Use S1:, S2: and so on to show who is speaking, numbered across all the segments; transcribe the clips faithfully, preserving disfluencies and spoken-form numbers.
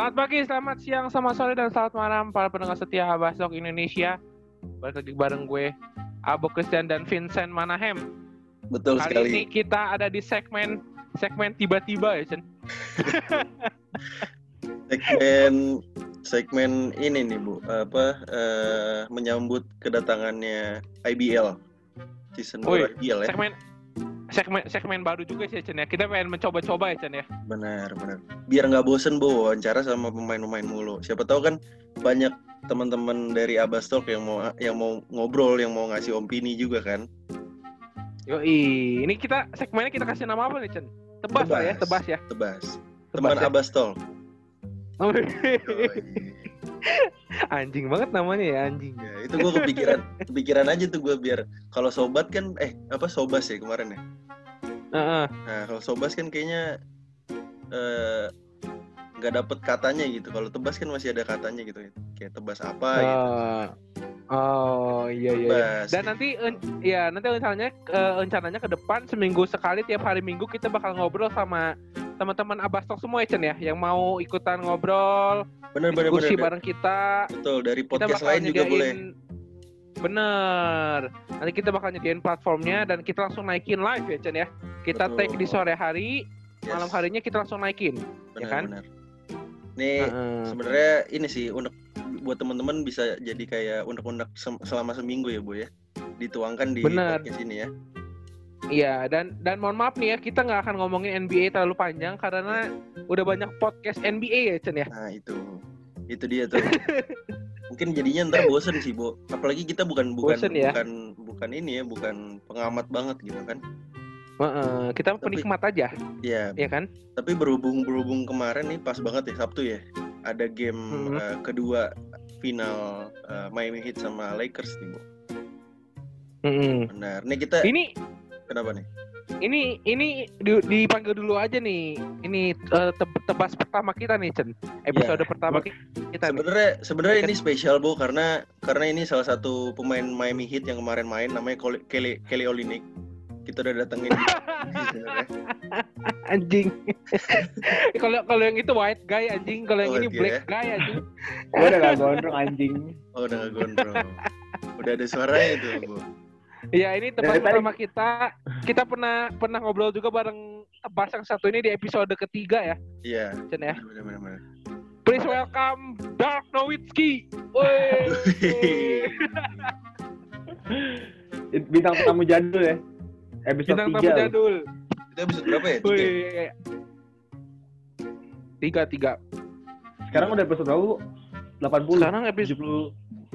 S1: Selamat pagi, selamat siang, selamat sore, dan selamat malam para pendengar setia Abastalk Indonesia. Balik lagi bareng gue, Abo Christian dan Vincent Manahem.
S2: Betul
S1: Kali
S2: sekali.
S1: Kali ini kita ada di segmen segmen tiba-tiba ya, Chen.
S2: segmen segmen ini nih Bu, apa uh, menyambut kedatangannya I B L season dua I B L ya.
S1: Segmen segmen segmen baru juga sih Chen ya. Kita pengen mencoba-coba ya Chen ya.
S2: Benar, benar. Biar nggak bosen Bu wawancara sama pemain-pemain mulu. Siapa tahu kan banyak teman-teman dari Abastalk yang mau yang mau ngobrol, yang mau ngasih opini juga kan.
S1: Yoi, ini kita segmennya kita kasih nama apa nih Chen? Tebas, tebas lah ya, tebas ya.
S2: Tebas. Teman ya? Abastalk.
S1: Oh, anjing banget namanya ya, anjing.
S2: Ya, itu gue kepikiran, kepikiran aja tuh gue biar kalau sobat kan eh apa sobas ya kemarin ya.
S1: Uh-uh.
S2: Nah kalau sobas kan kayaknya nggak uh, dapet katanya gitu. Kalau tebas kan masih ada katanya gitu, kayak tebas apa uh, gitu.
S1: Oh iya iya. Tebas, Dan gitu. nanti en- ya nanti misalnya uh, rencananya ke depan seminggu sekali tiap hari Minggu kita bakal ngobrol sama teman-teman Abastalk semua ya Chen ya, yang mau ikutan ngobrol,
S2: bener,
S1: diskusi
S2: bener,
S1: bareng kita.
S2: Betul, dari podcast lain juga boleh.
S1: Bener. Nanti kita bakal nyediain platformnya dan kita langsung naikin live ya Chen ya. Kita Betul. Take di sore hari, yes. Malam harinya kita langsung naikin, bener, ya kan? Bener.
S2: Nih uh-uh. sebenarnya ini sih unek buat teman-teman bisa jadi kayak unek-unek selama seminggu ya Bu ya. Dituangkan di bener. Podcast ini ya.
S1: Iya, dan dan mohon maaf nih ya, kita nggak akan ngomongin N B A terlalu panjang karena udah banyak podcast N B A ya Chen ya.
S2: Nah itu, itu dia tuh. Mungkin jadinya ntar bosen sih Bu. Apalagi kita bukan bukan bosen, ya? bukan bukan ini ya, bukan pengamat banget gitu kan.
S1: Uh, kita tapi, penikmat aja.
S2: Iya.
S1: Iya kan?
S2: Tapi berhubung berhubung kemarin nih pas banget ya Sabtu ya. Ada game hmm. uh, kedua final uh, Miami Heat sama Lakers nih Bu.
S1: Hmm.
S2: Benar. Nih kita.
S1: Ini.
S2: Kenapa nih?
S1: Ini ini dipanggil dulu aja nih. Ini uh, tebas pertama kita nih, Chen. Episode yeah. pertama kita.
S2: Sebenarnya sebenarnya ini spesial Bu karena karena ini salah satu pemain Miami Heat yang kemarin main namanya Kelly Kelly Olynyk. Kita udah datengin sebenarnya.
S1: Anjing. Kalau kalau yang itu white guy anjing, kalau yang oh, ini black ya? Guy anjing.
S3: Gua udah gak gondrong anjing.
S2: Oh, udah gak gondrong. Udah ada suaranya tuh, Bu.
S1: Iya, ini tebas pertama kita. Kita pernah pernah ngobrol juga bareng tebas yang satu ini di episode ketiga ya.
S2: Iya.
S1: Cen ya.
S2: Benar-benar.
S1: Please welcome Dirk Nowitzki. Woi.
S3: Bintang tamu jadul ya. Episode
S1: Bintang
S3: tiga.
S1: Bintang tamu jadul.
S2: Itu episode berapa ya? Tiga.
S1: Tiga, tiga.
S3: Sekarang udah episode berapa, Bu? delapan puluh.
S1: Sekarang episode tujuh puluh.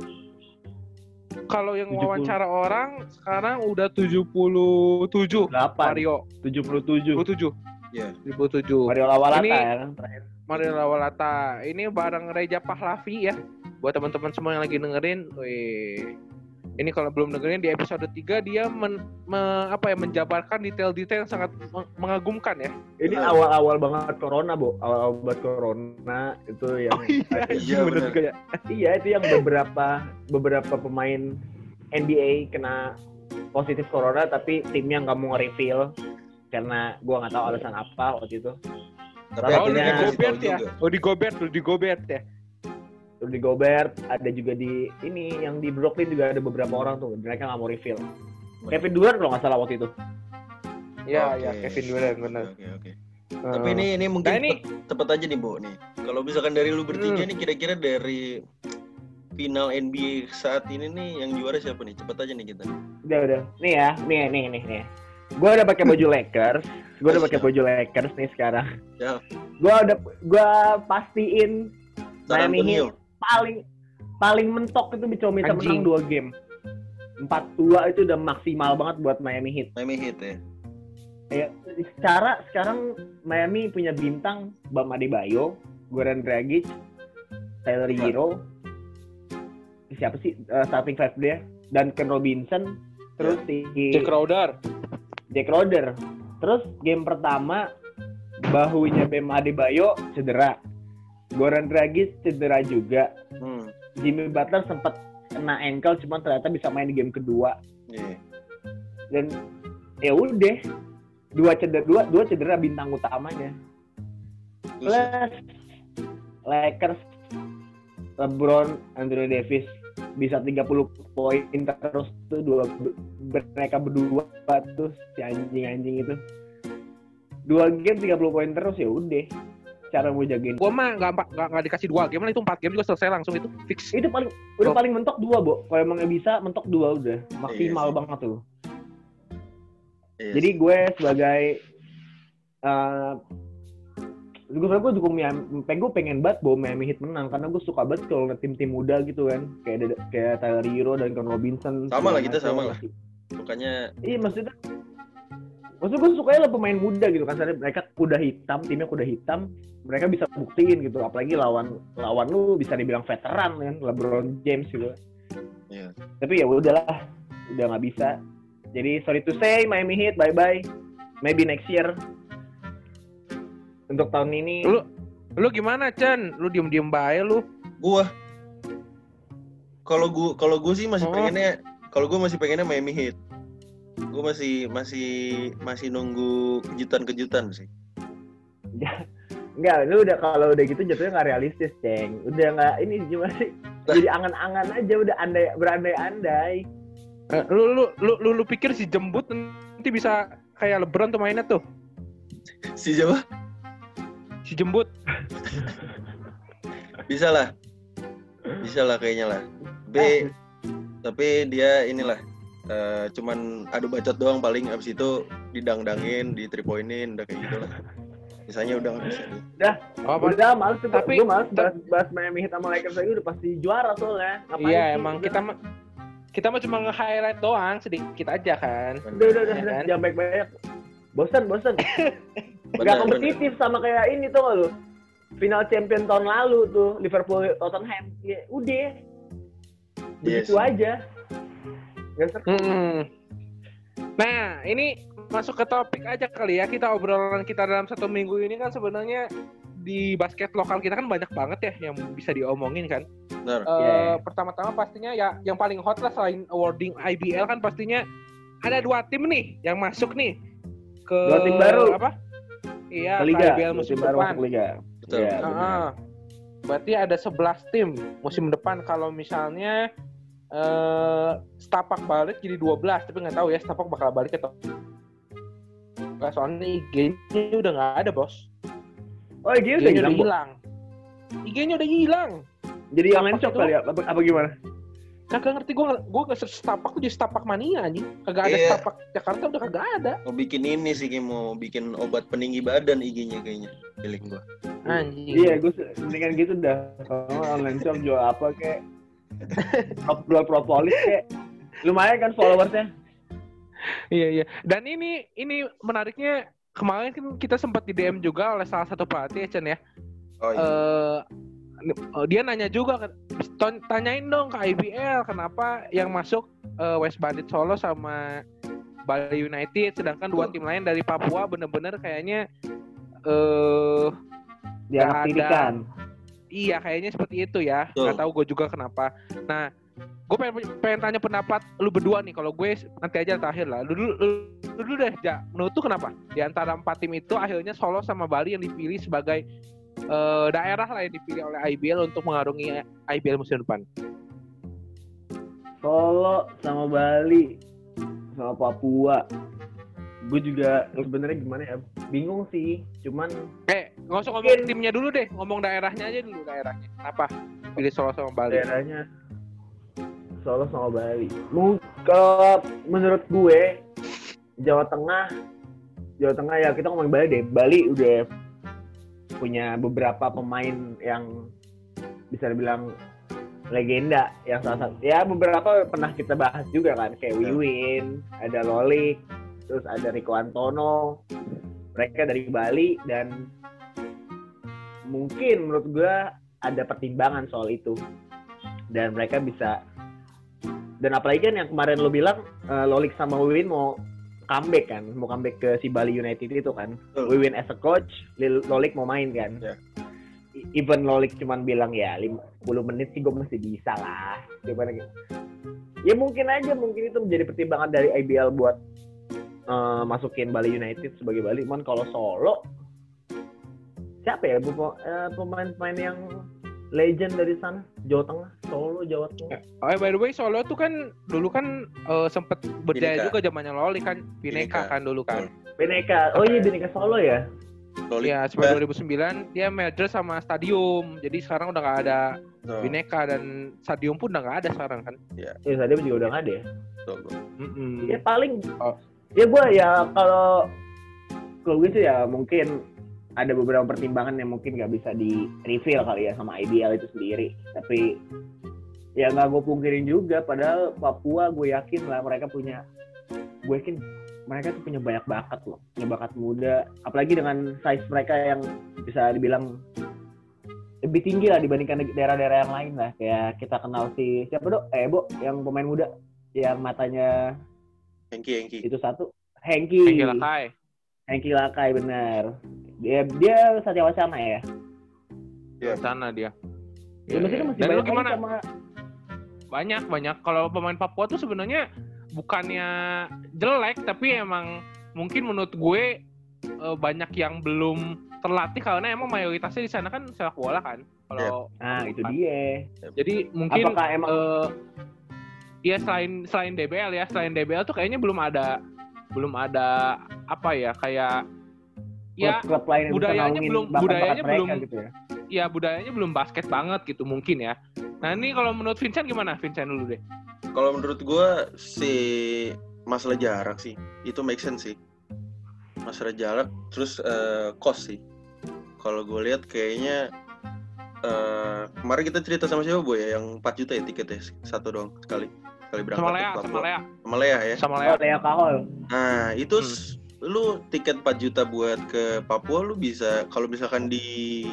S1: Kalau yang tujuh puluh. Wawancara orang sekarang udah tujuh puluh tujuh.
S3: delapan.
S1: Mario.
S3: tujuh puluh tujuh.
S1: tujuh puluh tujuh.
S2: Iya.
S1: tujuh puluh tujuh.
S3: Mario Lawalata
S1: ini,
S3: ya kan terakhir.
S1: Mario Lawalata. Ini bareng Reja Pahlavi ya. Buat teman-teman semua yang lagi dengerin, wih. Ini kalau belum dengerin di episode tiga dia men, me, apa ya menjabarkan detail-detail yang sangat mengagumkan ya.
S3: Ini oh. awal-awal banget corona, Bu. Awal-awal banget corona itu yang
S1: oh, iya, iya, bener juga ya.
S3: Iya, itu yang beberapa beberapa pemain N B A kena positif corona tapi timnya nggak mau nge-reveal karena gua nggak tahu alasan apa waktu itu.
S1: Tapi oh, di Gobert ya. Oh, di Gobert, di Gobert ya.
S3: Di Gobert, ada juga di ini yang di Brooklyn juga ada beberapa orang tuh mereka nggak mau reveal. Oh. Kevin Durant kalau nggak salah waktu itu.
S1: Iya okay. ya Kevin Durant benar.
S2: Oke okay, oke. Okay. Uh. Tapi ini ini mungkin nah, ini... tepat aja nih Bu nih. Kalau misalkan dari lu bertiga hmm. nih kira-kira dari final N B A saat ini nih yang juara siapa nih? Cepet aja nih kita.
S3: Udah udah. Nih ya, nih nih nih nih. Gue udah pakai baju Lakers. Gue udah pakai baju Lakers nih sekarang.
S2: Ya.
S3: Gue udah gue pastiin Miami Heat paling paling mentok itu bisa bisa menang dua game. empat dua itu udah maksimal banget buat Miami Heat.
S2: Miami Heat ya.
S3: Ya, secara sekarang Miami punya bintang Bam Adebayo, Goran Dragic, Tyler Hero. Siapa sih uh, starting five dia? Duncan Robinson, terus
S2: yeah.
S3: si
S1: Jack Crowder.
S3: Jack Crowder. Terus game pertama bahunya Bam Adebayo cedera. Goran Dragic cedera juga.
S2: Hmm.
S3: Jimmy Butler sempat kena ankle, cuman ternyata bisa main di game kedua.
S2: Yeah.
S3: Dan ya udah, dua cedera dua dua cedera bintang utamanya. Plus Lakers, LeBron, Anthony Davis bisa tiga puluh poin terus tuh dua mereka berdua tuh si anjing-anjing itu. Dua game tiga puluh poin terus ya udah. Cara mau jagain.
S1: Gua mah enggak enggak dikasih dua game lah, itu empat game juga selesai langsung itu fix.
S3: Itu paling udah oh. paling mentok dua, Bo. Kalau emang bisa mentok dua udah maksimal
S2: iya
S3: banget tuh.
S2: Iya
S3: Jadi gue sebagai uh, gue gue dukung Miami, gue pengen banget bawa Miami Heat menang karena gue suka banget kalau tim-tim muda gitu kan, kayak kayak Tyler Hero dan Ken Robinson.
S2: Sama lah kita sama lah. Bukannya
S3: iya maksudnya maksud gue sukanya lah pemain muda gitu kan, soalnya mereka kuda hitam, timnya kuda hitam, mereka bisa buktiin gitu, apalagi lawan lawan lu bisa dibilang veteran kan, LeBron James gitu.
S2: Iya.
S3: Tapi ya udahlah, udah nggak bisa. Jadi sorry to say Miami Heat bye bye, maybe next year. Untuk tahun ini
S1: lu lu gimana Chen? Lu diem-diem bae lu.
S2: Gua kalau gua kalau gua sih masih oh. pengennya kalau gua masih pengennya Miami Heat. Gua masih masih masih nunggu kejutan-kejutan sih.
S3: Enggak, lu udah kalau udah gitu jatuhnya nggak realistis, Ceng. Udah nggak ini cuma sih jadi angan-angan aja, udah andai berandai-andai.
S1: Uh, lu, lu lu lu lu pikir si jembut nanti bisa kayak LeBron tuh mainnya tuh?
S2: Si siapa?
S1: Si jembut.
S2: Bisa lah. Bisa lah kayaknya lah. Tapi tapi dia inilah uh, cuman adu bacot doang paling, abis itu didang-dangin, di three pointin, udah kayak gitu lah. Misalnya udah nggak bisa.
S3: Udah, oh, udah males tuh.
S1: Tapi
S3: gue males bahas, bahas Miami Heat sama Lakers lagi, udah pasti juara soalnya.
S1: Ngapain iya sih? Emang kita mah kita mah cuma nge-highlight doang sedikit aja kan.
S3: Udah udah udah, ya, kan? Jangan banyak-banyak. Bosan bosan. Gak kompetitif sama kayak ini tuh gak lu? Final champion tahun lalu tuh Liverpool Tottenham. Ya udah. Begitu yes. aja. Gak seru. Hmm.
S1: Nah, ini masuk ke topik aja kali ya. Kita obrolan kita dalam satu minggu ini kan sebenarnya di basket lokal kita kan banyak banget ya yang bisa diomongin kan.
S2: Benar.
S1: Uh,
S3: yeah.
S1: Pertama-tama pastinya ya yang paling hot lah selain awarding I B L kan pastinya ada dua tim nih yang masuk nih ke
S3: dua tim baru
S1: apa? Iya,
S3: ke Liga.
S1: I B L musim depan.
S3: Liga.
S2: Betul.
S3: Ya,
S1: uh, berarti ada sebelas tim musim depan. Kalau misalnya uh, Stapak balik jadi dua belas, tapi nggak tahu ya Stapak bakal balik atau nggak, soalnya I G-nya udah nggak ada, Bos.
S3: Oh, I G-nya udah hilang.
S1: hilang. I G-nya udah hilang.
S3: Jadi yang lain shop kali ya? Apa, apa gimana?
S1: Kagak ngerti, gue gue nggak search Stapak tuh jadi Stapak Mania anjing. Kagak ada yeah. Stapak Jakarta udah kagak ada.
S2: Mau bikin ini sih, mau bikin obat peninggi badan I G-nya kayaknya. Feeling gue.
S1: Anjing.
S3: Iya, gue mendingan gitu dah. Kalau online shop jual apa kek? Jual propolis kek. Lumayan kan followersnya.
S1: Iya iya. Dan ini ini menariknya, kemarin kan kita sempat di D M juga oleh salah satu pelatih ya Chen ya.
S2: Oh iya.
S1: Uh, dia nanya juga, tanyain dong ke I B L kenapa yang masuk uh, West Bandit Solo sama Bali United, sedangkan dua tim lain dari Papua bener-bener kayaknya uh,
S3: nggak ada.
S1: Iya kayaknya seperti itu ya. Nggak tahu gue juga kenapa. Nah, gue pengen, pengen tanya pendapat lu berdua nih. Kalau gue nanti aja terakhir lah. Lu dulu, lu, lu dulu deh, Ja. Menurut tuh kenapa? Di antara empat tim itu akhirnya Solo sama Bali yang dipilih sebagai uh, daerah lah yang dipilih oleh I B L untuk mengarungi I B L musim depan.
S3: Solo sama Bali sama Papua. Gue juga sebenarnya gimana ya? Bingung sih. Cuman
S1: eh nggak usah ngomong mungkin timnya dulu deh, ngomong daerahnya aja dulu, daerahnya. Kenapa pilih Solo sama Bali?
S3: Daerahnya Solo sama Bali. Kalau menurut gue Jawa Tengah, Jawa Tengah ya kita ngomong Bali deh. Bali udah punya beberapa pemain yang bisa dibilang legenda, yang salah satu ya beberapa pernah kita bahas juga kan, kayak Wiwin, ada Lolik, terus ada Rico Antono. Mereka dari Bali dan mungkin menurut gue ada pertimbangan soal itu. Dan mereka bisa, dan apalagi kan yang kemarin lo bilang uh, Lolik sama Wiwin mau comeback kan, mau comeback ke si Bali United itu kan. Uh. Wiwin as a coach, Lolik mau main kan. Yeah. Even Lolik cuman bilang ya lima puluh menit sih gue masih bisa lah. Gimana gitu. Ya mungkin aja, mungkin itu menjadi pertimbangan dari I B L buat uh, masukin Bali United sebagai Bali. Cuman kalau Solo siapa ya pemain-pemain yang legend dari sana, Jawa Tengah, Solo, Jawa Tengah.
S1: Oh, by the way, Solo tuh kan dulu kan uh, sempet berjaya
S2: Bineka.
S1: juga zamannya Loli kan, Bineka,
S2: Bineka.
S1: kan dulu kan.
S3: Bineka, oh iya Bineka Solo ya.
S2: Loli.
S1: Iya, sampai dua ribu sembilan dia merger sama Stadium. Jadi sekarang udah nggak ada
S2: Oh,
S1: Bineka dan Stadium pun udah nggak ada sekarang kan.
S3: Ya tadi juga udah nggak ada ya.
S2: Solo.
S1: Mm-mm.
S3: Ya paling,
S1: Oh.
S3: ya gue ya kalau kalau gue sih ya mungkin ada beberapa pertimbangan yang mungkin nggak bisa di reveal kali ya sama I B L itu sendiri. Tapi ya nggak gue pungkirin juga. Padahal Papua gue yakin lah mereka punya, gue yakin mereka tuh punya banyak bakat loh, punya bakat muda. Apalagi dengan size mereka yang bisa dibilang lebih tinggi lah dibandingkan daerah-daerah yang lain lah. Kayak kita kenal si siapa dok? Eh Bo, yang pemain muda yang matanya
S2: Hengki Hengki.
S3: itu satu, Hengki.
S1: Hengki Lakai.
S3: Hengki Lakai benar. Dia dia Satya Wacana ya.
S2: Iya.
S1: Sana dia.
S3: Ya, maksudnya masih
S1: Dan lu
S3: banyak
S1: gimana?
S3: lagi sama
S1: Banyak banyak. Kalau pemain Papua tuh sebenarnya bukannya jelek, tapi emang mungkin menurut gue eh, banyak yang belum terlatih karena emang mayoritasnya di sana kan sepak bola kan. Kalau
S3: nah itu dia.
S1: jadi mungkin
S3: Apakah emang
S1: eh, ya selain selain D B L ya, selain D B L tuh kayaknya belum ada belum ada apa ya kayak ya
S3: klub-klub lain yang
S1: budayanya
S3: bisa naungin
S1: belum-
S3: bakat-bakat
S1: budayanya
S3: mereka
S1: belum-
S3: gitu ya?
S1: ya budayanya belum basket banget gitu mungkin ya. Nah ini kalau menurut Vincent gimana? Vincent dulu deh.
S2: Kalau menurut gua si masalah jarak sih, itu make sense sih. Masalah jarak, terus eh, cost sih. Kalau gue lihat kayaknya eh, kemarin kita cerita sama siapa Boy ya, yang empat juta ya tiketnya satu doang sekali sekali berangkat.
S1: Sama
S2: ke
S1: Lea,
S2: Papua.
S1: sama Lea,
S2: Sama Lea ya.
S1: sama
S3: Oh,
S1: Lea.
S3: Lea Kahol.
S2: Nah itu
S1: Hmm.
S2: s- lu tiket empat juta buat ke Papua lu bisa, kalau misalkan di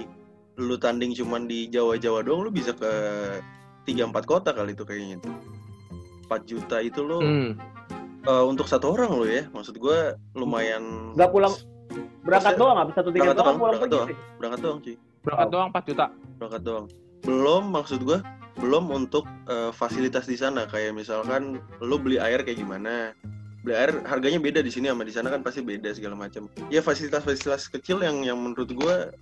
S2: lu tanding cuman di Jawa-Jawa doang, lu bisa ke tiga empat kota kali itu kayaknya tuh. empat juta itu lu
S1: Hmm.
S2: eh, untuk satu orang lu ya, maksud gua lumayan.
S3: Nggak pulang berangkat
S2: Maksudnya,
S3: doang nggak satu tiket
S2: berangkat
S3: doang
S2: doang,
S3: pulang
S2: berangkat
S3: pergi
S2: doang.
S3: sih.
S2: Berangkat doang cuy,
S1: Berangkat
S3: Oh.
S1: doang empat juta.
S2: berangkat doang. Belum, maksud gua belum untuk eh, fasilitas di sana, kayak misalkan lu beli air kayak gimana. Beli air harganya beda di sini sama di sana kan pasti beda segala macam. Ya fasilitas-fasilitas kecil yang yang menurut gua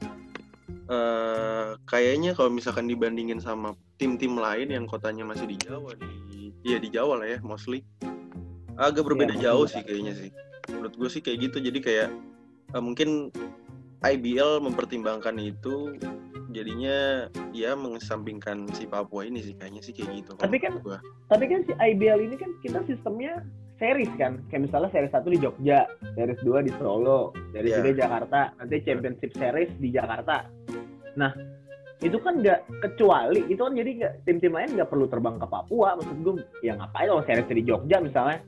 S2: eh kayaknya kalau misalkan dibandingin sama tim-tim lain yang kotanya masih di Jawa, di ya di Jawa lah ya mostly, agak berbeda
S3: Iya,
S2: jauh
S3: betul.
S2: sih kayaknya sih. Menurut gue sih kayak gitu. Jadi kayak eh, mungkin I B L mempertimbangkan itu, jadinya ya mengesampingkan si Papua ini sih kayaknya sih kayak gitu.
S3: Tapi
S2: kalau
S3: kan-
S2: menurut gua.
S3: Tapi kan si I B L ini kan kita sistemnya series kan. Kayak misalnya series satu di Jogja, series dua di Solo, series
S2: Iya.
S3: tiga di Jakarta, nanti championship series di Jakarta. Nah, itu kan nggak kecuali, itu kan jadi nggak, tim-tim lain nggak perlu terbang ke Papua. Maksud gue, ya ngapain kalau series di Jogja misalnya.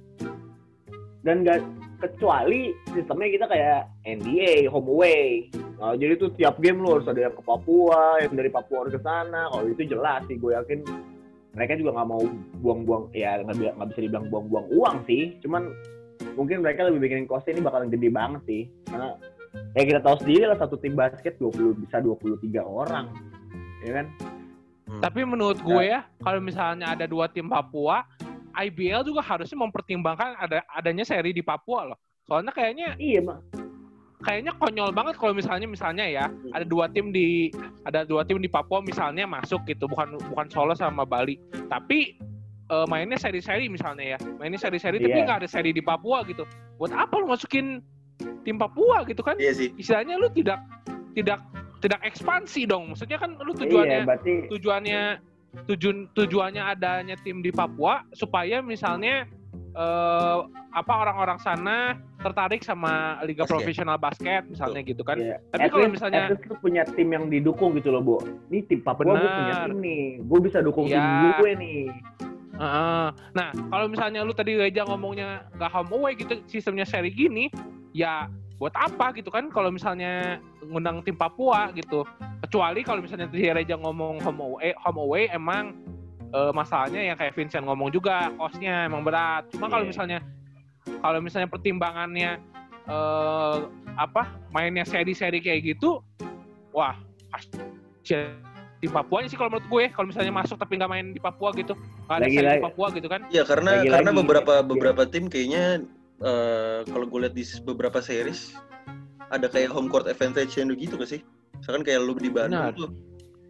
S3: Dan nggak kecuali sistemnya kita kayak N B A, home away. Nah, jadi tuh tiap game lu harus ada yang ke Papua, yang dari Papua harus ke sana. Kalau itu jelas sih, gue yakin mereka juga nggak mau buang-buang, ya nggak bi- nggak bisa dibilang buang-buang uang sih. Cuman mungkin mereka lebih bikin cost ini bakalan gede banget sih. Karena ya kita tahu sendiri lah, satu tim basket dua puluh bisa dua puluh tiga orang, ya kan?
S1: Tapi menurut gue ya, kalau misalnya ada dua tim Papua, I B L juga harusnya mempertimbangkan ada adanya seri di Papua loh. Soalnya kayaknya
S3: Iya mah.
S1: kayaknya konyol banget kalau misalnya misalnya ya ada dua tim di ada dua tim di Papua misalnya masuk gitu, bukan bukan Solo sama Bali. Tapi eh, mainnya seri-seri misalnya ya. Mainnya seri-seri tapi
S3: Iya.
S1: nggak ada seri di Papua gitu. Buat apa lu masukin tim Papua gitu kan?
S2: Iya sih.
S1: Istilahnya lu tidak tidak tidak ekspansi dong. Maksudnya kan lu
S3: Iya,
S1: tujuannya
S3: berarti
S1: tujuannya tujuan tujuannya adanya tim di Papua supaya misalnya eh, apa orang-orang sana tertarik sama liga
S2: Basket.
S1: profesional basket misalnya gitu kan.
S3: iya.
S1: Tapi
S3: At
S1: kalau
S3: least-
S1: misalnya-
S3: at least lu punya tim yang didukung gitu loh, Bo. Nih tim Papua gue
S1: Benar.
S3: punya tim nih. Gue bisa dukung tim
S1: Iya.
S3: gue nih.
S1: Heeh. Nah, kalau misalnya lu tadi Reja ngomongnya nggak home away gitu, sistemnya seri gini, ya buat apa gitu kan kalau misalnya ngundang tim Papua gitu. Kecuali kalau misalnya tadi Reja ngomong home away, home away emang eh, masalahnya yang kayak Vincent ngomong juga, cost-nya emang berat. Cuma kalau
S3: Iya.
S1: misalnya kalau misalnya pertimbangannya eh, apa mainnya seri-seri kayak gitu, wah kasihan di Papua sih kalau menurut gue, kalau misalnya masuk tapi nggak main di Papua gitu, nggak ada
S3: Lagi-lagi.
S1: seri di Papua gitu kan.
S2: Iya karena
S3: Lagi-lagi,
S2: karena beberapa
S3: iya.
S2: beberapa tim kayaknya eh, kalau gue lihat di beberapa series ada kayak home court advantage yang gitu gak sih? Misalkan kayak lu di Bandung
S1: Benar.
S2: tuh,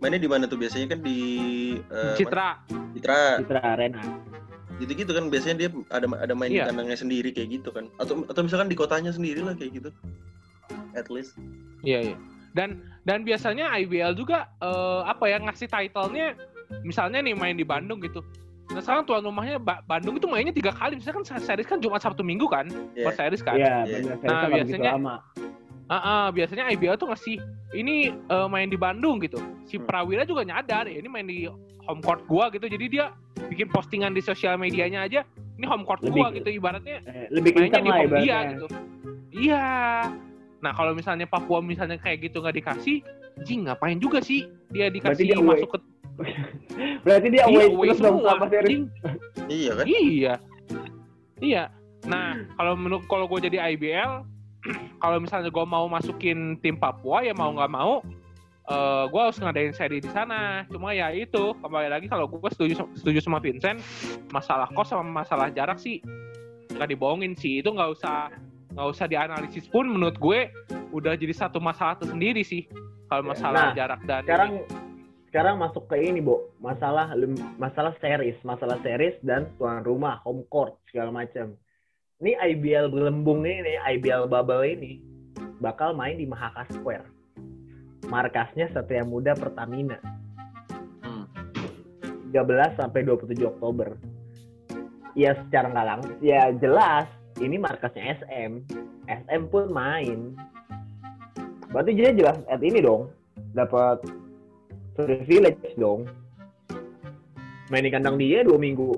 S2: mainnya di mana tuh biasanya kan di uh,
S1: Citra.
S2: Citra.
S3: Citra Arena.
S2: Gitu-gitu kan biasanya dia ada ada main
S1: Iya.
S2: di kandangnya sendiri kayak gitu kan. Atau atau misalkan di kotanya sendiri lah kayak gitu. At least.
S1: Iya, iya. Dan dan biasanya I B L juga uh, apa ya ngasih title-nya misalnya nih main di Bandung gitu. Nah sekarang tuan rumahnya ba- Bandung itu mainnya tiga kali. Misalnya kan series kan Jumat Sabtu Minggu kan,
S2: Yeah.
S1: per series kan.
S3: Iya,
S2: Iya.
S3: benar.
S1: Nah,
S3: Nah, biasanya
S1: biasanya-
S3: lama.
S1: Uh, uh, biasanya I B L tuh ngasih ini uh, main di Bandung gitu. Si
S2: Hmm.
S1: Prawira juga nyadar ya ini main di home court gua gitu. Jadi dia bikin postingan di sosial medianya aja. Ini home court
S3: Lebih-
S1: gua gitu ibaratnya.
S3: Eh, lebih
S1: Mainnya
S3: kencang
S1: di
S3: lah
S1: home dia
S3: ibaratnya.
S1: gitu. Iya. Nah kalau misalnya Papua misalnya kayak gitu nggak dikasih, jing ngapain juga sih dia dikasih
S3: dia away.
S1: masuk ke
S3: Berarti dia
S1: Iya,
S3: away
S1: away
S3: terus dong
S1: semua,
S3: sama series.
S1: anjing.
S2: Iya kan?
S1: Iya. Iya. Nah, kalau menurut kalau gue jadi I B L, kalau misalnya gue mau masukin tim Papua ya mau nggak mau, uh, gue harus ngadain seri di sana. Cuma ya itu kembali lagi kalau gue setuju setuju sama Vincent, masalah kos sama masalah jarak sih nggak dibohongin sih. Itu nggak usah nggak usah dianalisis pun menurut gue udah jadi satu masalah tersendiri sih kalau masalah
S3: Nah,
S1: jarak dan
S3: Sekarang sekarang masuk ke ini, Bo. Masalah masalah series, masalah series dan tuan rumah, home court segala macam. Ini I B L Gelembung ini, I B L Bubble ini bakal main di Mahaka Square. Markasnya Satria Muda Pertamina.
S2: Hmm.
S3: tiga belas sampai dua puluh tujuh Oktober. Ya secara nggak langsung, ya jelas ini markasnya S M. S M pun main. Berarti dia jelas at ini dong, dapat privilege dong. Main di kandang dia dua minggu.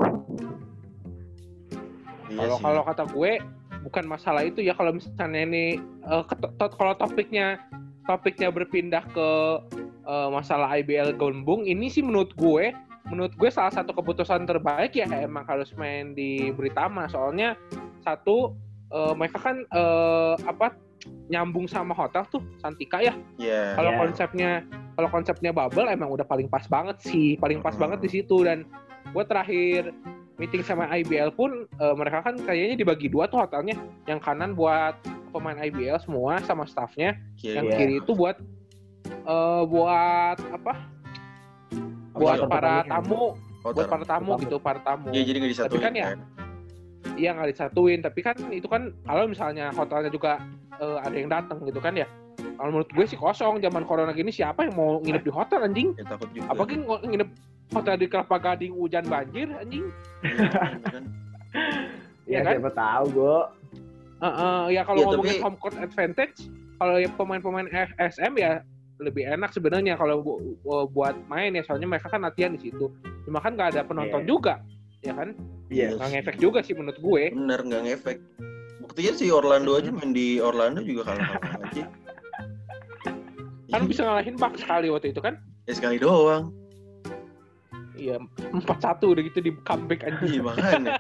S2: Iya
S1: Kalau
S2: sih.
S1: kalau kata gue bukan masalah itu ya kalau misalnya ini uh, ke- to- kalau topiknya topiknya berpindah ke uh, masalah I B L Gelembung ini sih menurut gue menurut gue salah satu keputusan terbaik ya emang harus main di Britama soalnya satu uh, mereka kan uh, apa nyambung sama hotel tuh Santika ya.
S2: Iya.
S1: Kalau
S3: Yeah.
S1: konsepnya kalau konsepnya bubble emang udah paling pas banget sih, paling pas
S2: Hmm.
S1: banget di situ dan gue terakhir meeting sama I B L pun uh, mereka kan kayaknya dibagi dua tuh hotelnya, yang kanan buat pemain I B L semua sama staffnya,
S2: Kiri.
S1: yang
S3: Iya.
S1: kiri itu buat uh, buat apa? Buat
S3: Hotel
S1: para
S3: pertandingan.
S1: tamu,
S2: Hotel.
S1: buat para tamu
S3: Tamu.
S1: gitu, para tamu.
S2: Iya, jadi nggak disatuin
S1: Tapi kan ya, iya nggak disatuin, tapi kan itu kan kalau misalnya hotelnya juga uh, ada yang datang gitu kan ya. Kalau menurut gue sih kosong zaman corona gini siapa yang mau nginep di hotel anjing?
S2: Ya, takut juga.
S1: Apalagi ng- nginep hotel di Kelapa Gading hujan banjir anjing.
S2: Iya, kan?
S1: Ya
S3: Ya,
S1: kan?
S3: siapa tahu, Go.
S1: Uh, ya kalau
S2: Ya,
S1: ngomongin
S2: tapi-
S1: home court advantage, kalau ya pemain-pemain F S M ya lebih enak sebenarnya kalau bu- bu- buat main ya soalnya mereka kan latihan di situ. Cuma kan nggak ada penonton
S3: Iya.
S1: juga, ya kan?
S3: Iya.
S1: Nggak ngefek juga sih menurut gue.
S2: Bener, nggak ngefek. Buktinya si Orlando aja
S1: Mhm.
S2: main di Orlando juga kalah-kalah aja.
S1: Kan bisa ngalahin Bucks sekali waktu itu kan?
S2: Ya sekali doang.
S1: Iya empat satu udah gitu di comeback
S2: Iya
S1: anjing.
S2: makanya.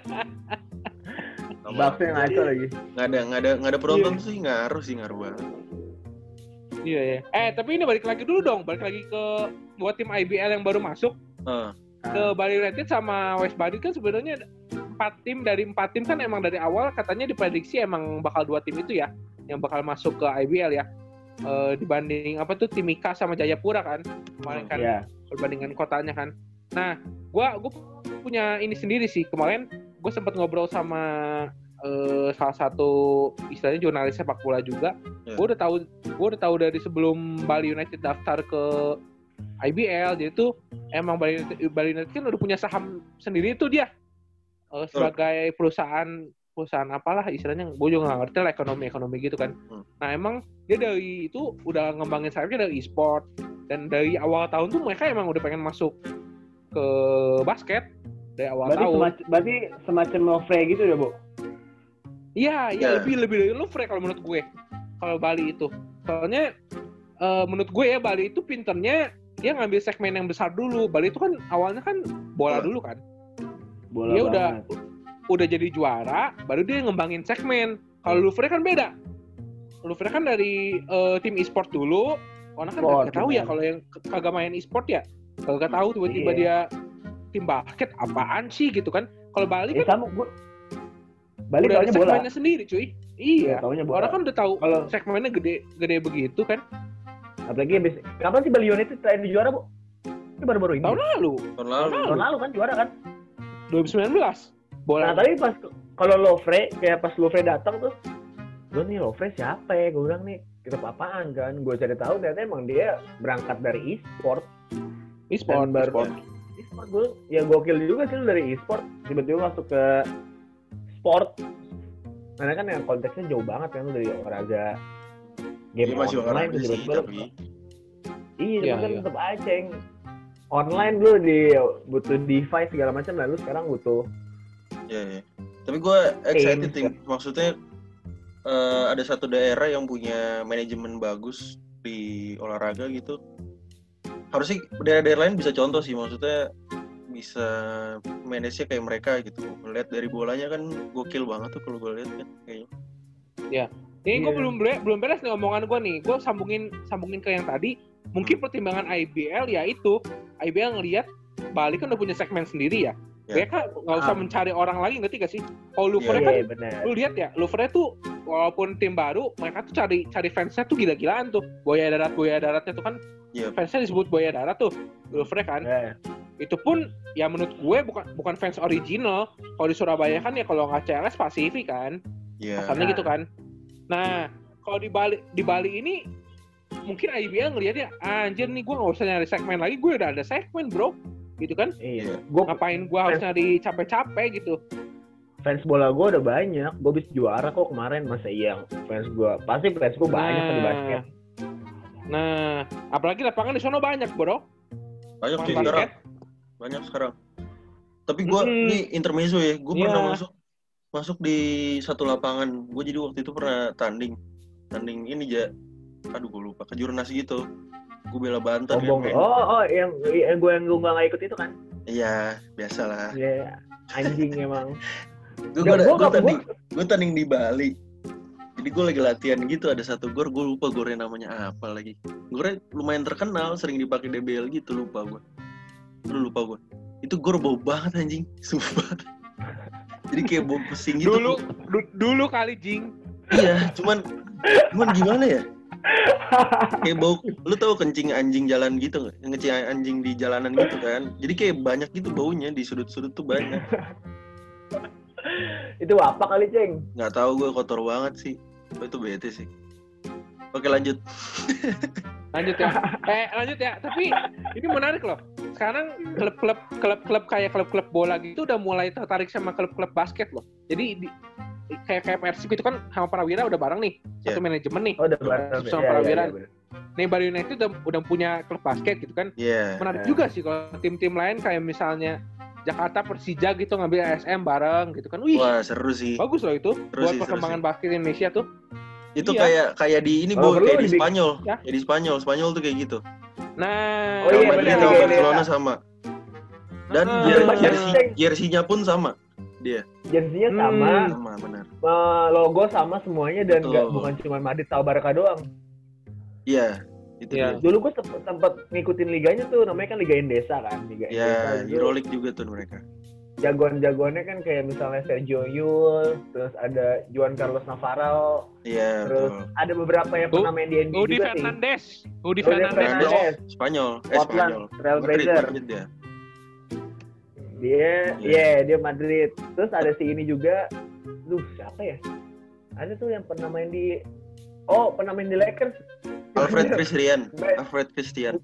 S3: Bucks-nya ngaco lagi.
S2: Nggak ada nggak ada nggak ada penonton sih ngaruh sih ngaruh banget.
S1: Iya ya. Eh tapi ini balik lagi dulu dong, balik lagi ke buat tim I B L yang baru masuk
S2: Ah,
S1: ke Bali United sama West Bandit kan sebenarnya empat tim dari empat tim kan emang dari awal katanya diprediksi emang bakal dua tim itu ya yang bakal masuk ke I B L ya. Eh, dibanding apa tuh Timika sama Jayapura kan kemarin kan
S3: Iya.
S1: perbandingan kotanya kan. Nah, gua gua punya ini sendiri sih kemarin gue sempat ngobrol sama eh, salah satu istilahnya jurnalis sepak bola juga.
S2: Ya.
S1: Gue udah tahu gue udah tahu dari sebelum Bali United daftar ke I B L, jadi tuh emang Bali United, Bali United kan udah punya saham sendiri tuh dia Eh, sebagai perusahaan perusahaan apalah istilahnya gue juga nggak ngerti lah ekonomi ekonomi gitu kan.
S2: Hmm.
S1: Nah emang dia dari itu udah ngembangin sayapnya dari e-sport dan dari awal tahun tuh mereka emang udah pengen masuk ke basket dari awal
S3: Berarti
S1: tahun.
S3: semacam, berarti semacam Lovre gitu ya, Bu?
S1: Iya, iya
S2: Ya.
S1: lebih lebih dari Louvre kalau menurut gue. Kalau Bali itu. Soalnya eh, menurut gue ya Bali itu pinternya dia ngambil segmen yang besar dulu. Bali itu kan awalnya kan bola
S2: Bola.
S1: dulu kan.
S3: Bola
S1: Dia udah
S3: banget.
S1: udah jadi juara, baru dia ngembangin segmen. Kalau Louvre kan beda. Louvre kan dari eh, tim e-sport dulu. Orang kan
S3: E-sport,
S1: nggak tahu ya
S3: benar.
S1: kalau yang k- kagak main e-sport ya. Kagak tahu tiba-tiba
S3: Iya.
S1: dia tim basket apaan sih gitu kan. Kalau Bali
S3: Ya
S1: kan
S3: sama gua. Bali
S1: udah ada
S3: taunya bola.
S1: segmennya sendiri cuy. Iya.
S3: Iya, taunya bola.
S1: Orang kan udah tahu
S3: Kalau
S1: segmennya gede gede begitu kan.
S3: apalagi habis kapan sih Bali United terakhir di juara, Bu? Ini baru-baru ini.
S1: Tahun lalu.
S2: Tahun lalu.
S3: Tahun lalu kan juara kan.
S1: dua ribu sembilan belas. Bola.
S3: Nah, tapi pas kalau Lovre kayak pas Lovre datang tuh, gue nih Lovre siapa ya? Gue bilang nih kita apaan kan? Gue cari tahu ternyata emang dia berangkat dari e-sport.
S1: E-sport
S3: Dan baru
S1: e-sport.
S3: e-sport gue ya gokil juga sih lu dari e-sport tiba-tiba masuk ke sport. Karena kan yang konteksnya jauh banget kan lu dari olahraga game
S2: Dia masih
S3: online
S2: olahraga sih,
S3: tiba-tiba lu-
S2: tapi
S3: Iya,
S1: Iya,
S3: tapi kan
S1: iya.
S3: tetap aja yang online lu di butuh device segala macam, lalu sekarang butuh
S2: ya, ya. Tapi gue excited
S3: Tim.
S2: tim. Maksudnya eh, ada satu daerah yang punya manajemen bagus di olahraga gitu. Harusnya daerah-daerah lain bisa contoh sih, maksudnya bisa manage-nya kayak mereka gitu. Lihat dari bolanya kan gokil banget tuh kalau gue lihat kan kayaknya.
S1: Ini gue
S3: Iya.
S1: belum bre- belum beres nih omongan gue nih. Gue sambungin sambungin ke yang tadi. Mungkin
S2: Hmm.
S1: pertimbangan I B L ya itu. I B L ngelihat Bali kan udah punya segmen sendiri ya.
S2: Ya.
S1: Mereka nggak usah
S3: Ah.
S1: mencari orang lagi, ngerti gak sih? Kalau Louvre
S2: Iya.
S1: kan,
S3: iya benar.
S1: lu lihat ya, Louvre tuh walaupun tim baru, mereka tuh cari cari fansnya tuh gila-gilaan tuh. Buaya darat buaya daratnya tuh kan,
S2: Iya.
S1: fansnya disebut buaya darat tuh, Louvre kan.
S3: Ya.
S1: Itu pun ya menurut gue bukan bukan fans original. Kalau di Surabaya kan ya kalau nggak C L S Pasifik kan.
S2: Iya.
S1: Asalnya gitu kan. Nah, kalau di Bali di Bali ini mungkin I B L ngelihatnya anjir nih gue nggak usah nyari segmen lagi, gue udah ada segmen bro, gitu kan?
S3: Iya. Gue
S1: Ngapain gue harus nyari capek-capek gitu?
S3: fans bola gue udah banyak. Gue bisa juara kok kemarin, masa iya fans gue pasti fans gue banyak kan di basket.
S1: Nah, apalagi lapangan di sono banyak bro.
S2: Banyak
S1: Main
S2: sih
S1: basket.
S2: sekarang. Banyak sekarang. Tapi gue
S1: Mm-mm.
S2: ini intermezzo ya. Gue
S1: Iya.
S2: pernah masuk masuk di satu lapangan. Gue jadi waktu itu pernah tanding. Tanding ini ja. Aduh gue lupa. Kejurnas gitu. Gue bela Banten.
S3: Oh,
S2: kan,
S3: bong. oh, oh, yang yang gue yang gue nggak ikut itu kan?
S2: Iya, biasalah.
S3: Iya, anjing emang.
S2: Gue
S3: Nggak, gua-
S2: gue
S3: gua-
S2: tanding gue tanding di Bali. Jadi gue lagi latihan gitu, ada satu gor, gue lupa gornya namanya apa lagi. Gornya lumayan terkenal, sering dipakai D B L gitu, lupa gue. Lu lupa gue. Itu gor bau banget anjing, sumpah. Jadi kayak bau pusing gitu.
S1: Dulu du- dulu kali jing.
S2: Iya, cuman cuman gimana ya? Kayak bau, lu tahu kencing anjing jalan gitu nggak? Ngecing anjing di jalanan gitu kan? Jadi kayak banyak gitu baunya, di sudut-sudut tuh banyak.
S3: Itu apa kali, Ceng?
S2: Nggak tahu gue, kotor banget sih. Oh, itu bete sih. Oke lanjut.
S1: Lanjut ya. Eh lanjut ya. Tapi ini menarik loh. Sekarang klub-klub klub-klub kayak klub-klub bola gitu udah mulai tertarik sama klub-klub basket loh. Jadi di, kayak kayak Persib itu kan sama Prawira udah bareng nih. Satu
S2: Yeah.
S1: manajemen nih.
S3: Oh, udah bareng.
S1: Sama
S3: Iya,
S1: Prawira.
S3: iya, iya,
S1: Nih Bali United udah, udah punya klub basket gitu kan.
S2: Iya.
S1: Menarik
S3: Yeah.
S1: juga sih kalau tim-tim lain kayak misalnya Jakarta Persija gitu ngambil A S M bareng gitu kan. Wih,
S2: Wah seru sih.
S1: bagus loh itu
S2: Seru
S1: buat
S2: sih, seru
S1: perkembangan
S2: sih.
S1: basket Indonesia tuh.
S2: Itu
S1: Iya.
S2: kayak kayak di ini
S3: Oh,
S2: Bu,
S3: perlu
S2: kayak di
S3: dibikin-
S2: Spanyol.
S1: Ya.
S2: Kayak di Spanyol, Spanyol tuh kayak gitu.
S1: Nah,
S3: Oh iya,
S2: Madrid
S3: benar,
S2: sama
S3: iya,
S2: Barcelona
S3: iya.
S2: sama. Dan
S1: Ah.
S2: jer-
S3: Iya,
S2: jersey
S3: benar.
S2: jersey-nya pun sama. Dia
S3: Jersinya
S1: Hmm.
S3: sama,
S2: sama benar.
S3: eh, logo sama semuanya dan
S2: Betul.
S3: nggak bukan cuma Madrid sama Barca doang.
S2: Iya, itu
S1: Iya.
S2: dia.
S3: Dulu gue sempat ngikutin liganya tuh, namanya kan Liga Endesa kan, Liga
S2: Ya,
S3: Endesa. Itu
S2: Euroleague juga tuh mereka.
S3: jagoan-jagoannya kan kayak misalnya Sergio Yul, terus ada Juan Carlos Navarro,
S2: Iya,
S3: terus
S2: betul.
S3: ada beberapa yang
S1: Oh,
S3: pernah main di N B A
S1: Udi
S3: juga sih.
S1: Fernandes. Udi
S3: Udi
S1: Fernandes.
S3: Fernandes.
S2: Fernandes, Spanyol, eh
S3: Portland
S2: Spanyol.
S3: Trail
S2: Madrid,
S3: Blazer.
S2: Madrid ya.
S3: Dia,
S2: Iya.
S3: iya dia Madrid. Terus ada si ini juga, duh siapa ya? Ada tuh yang pernah main di, oh pernah main di Lakers.
S2: Alfred Christian,
S3: Baik.
S2: Alfred Christian.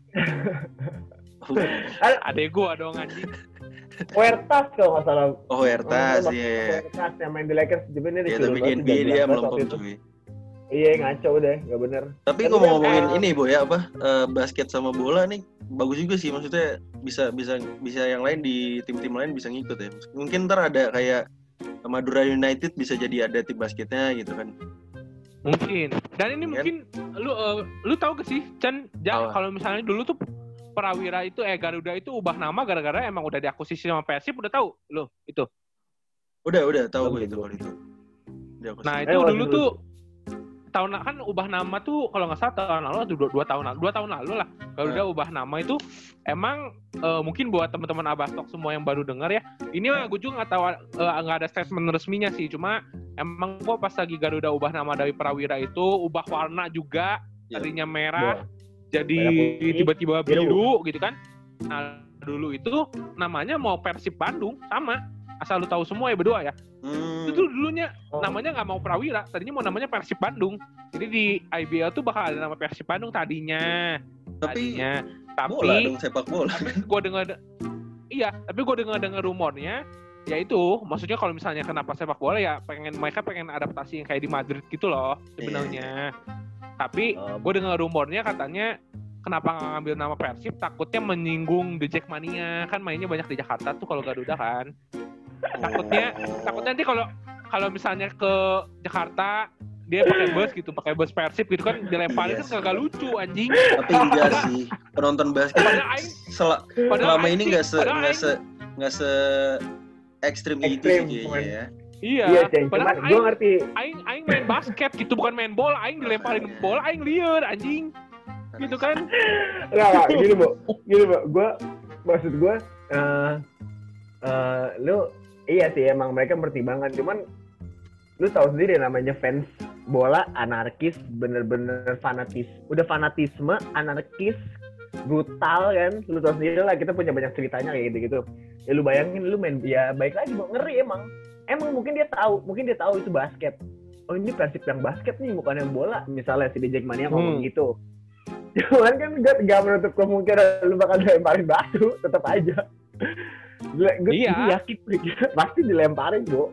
S1: Adek gua dong anjing.
S3: Huertas kalau nggak salah.
S2: Oh, Hertas,
S3: Oh,
S2: iya.
S3: Huertas yang main di Lakers, jadi dia
S2: Ya,
S3: disuruh
S2: tapi di
S3: banget,
S2: N B A dia
S3: jago banget
S2: melempem
S3: waktu itu.
S2: cuy.
S3: Iya ngaco deh, nggak bener.
S2: Tapi
S3: Tapi
S2: ngomong-ngomongin
S3: kan,
S2: ini Bu ya apa eh, basket sama bola nih bagus juga sih, maksudnya bisa bisa bisa yang lain di tim-tim lain bisa ngikut ya. Mungkin ntar ada kayak Madura United bisa jadi ada tim basketnya gitu kan.
S1: Mungkin. Dan ini
S2: Kan?
S1: mungkin lu uh, lu tahu gak sih, Chan, Ja,
S2: Apa?
S1: kalau misalnya dulu tuh Prawira itu eh Garuda itu ubah nama gara-gara emang udah diakuisisi sama Persib, udah tahu lu itu.
S2: Udah udah tahu
S3: Belum,
S2: gue itu
S3: belum.
S2: kalau itu. Dia aku
S1: Nah,
S2: sih.
S1: itu
S3: Eh,
S1: dulu
S3: waktu
S1: tuh tahun kan ubah nama tuh kalau nggak salah tahun lalu atau dua, dua tahun lalu, dua tahun lalu lah. Garuda ubah nama itu emang eh, mungkin buat teman-teman Abastok semua yang baru dengar ya. Ini mah gue juga nggak tahu eh, nggak ada statement resminya sih, cuma emang gua pas lagi Garuda ubah nama dari Prawira itu ubah warna juga,
S2: Ya.
S1: tadinya merah
S3: Wah,
S1: jadi
S3: merah putih,
S1: tiba-tiba
S3: biru.
S1: biru gitu kan. Nah, dulu itu namanya mau Persib Bandung sama. Asal lu tahu semua ya berdua ya.
S2: Hmm.
S1: Itu dulunya
S3: Oh.
S1: namanya nggak mau Prawira, tadinya mau namanya Persib Bandung. Jadi di I B L tuh bakal ada nama Persib Bandung tadinya.
S2: Tapi
S1: Tadinya.
S2: bola
S1: Tapi
S2: dong, sepak bola.
S1: tapi gue dengar iya, tapi gue dengar dengar rumornya ya itu, maksudnya kalau misalnya kenapa sepak bola ya pengen mereka pengen adaptasi yang kayak di Madrid gitu loh sebenarnya. Tapi
S3: Oh.
S1: gue dengar rumornya katanya kenapa nggak ngambil nama Persib, takutnya menyinggung The Jackmania, kan mainnya banyak di Jakarta tuh kalau Garuda kan. Takutnya
S2: Oh.
S1: takutnya nanti kalau kalau misalnya ke Jakarta dia pakai bus gitu, pakai bus Persib gitu kan dilemparin
S2: Iya
S1: kan
S2: sih.
S1: kagak lucu anjing.
S2: Tapi enggak sih, penonton basket
S1: Padahal aing
S2: sel-
S1: padahal
S2: selama
S1: aing
S2: ini
S1: sih-
S2: nggak se
S1: padahal
S2: nggak
S1: aing-
S2: se nggak se ekstrim itu
S3: Ekstrim,
S2: sih
S3: cuman-
S2: kayaknya ya.
S1: Iya,
S3: Iya, Ceng.
S1: padahal
S3: Cuman gue
S1: aing,
S3: ngerti.
S1: aing aing main basket gitu, bukan main bola, aing dilemparin bola, aing liar anjing. Gitu kan.
S3: Nggak, nggak. Gini, Bu. Gini, Bu. Gue, maksud gue, eh eh, lu, iya sih, emang mereka pertimbangan. Cuman, lu tahu sendiri namanya fans bola anarkis, bener-bener fanatis. Udah fanatisme, anarkis, brutal kan. Lu tahu sendiri lah, kita punya banyak ceritanya kayak gitu-gitu. Ya lu bayangin, lu main, ya baik lagi, Bu. Ngeri emang. Emang mungkin dia tahu, mungkin dia tahu itu basket. Oh ini Persib yang basket nih, bukan yang bola. Misalnya si The Jackmania ngomong
S1: Hmm.
S3: gitu. Cuman kan gue gak menutup kemungkinan lu bakal dilemparin batu, tetap aja. Gue
S1: Iya.
S3: yakin pasti dilemparin, Bu.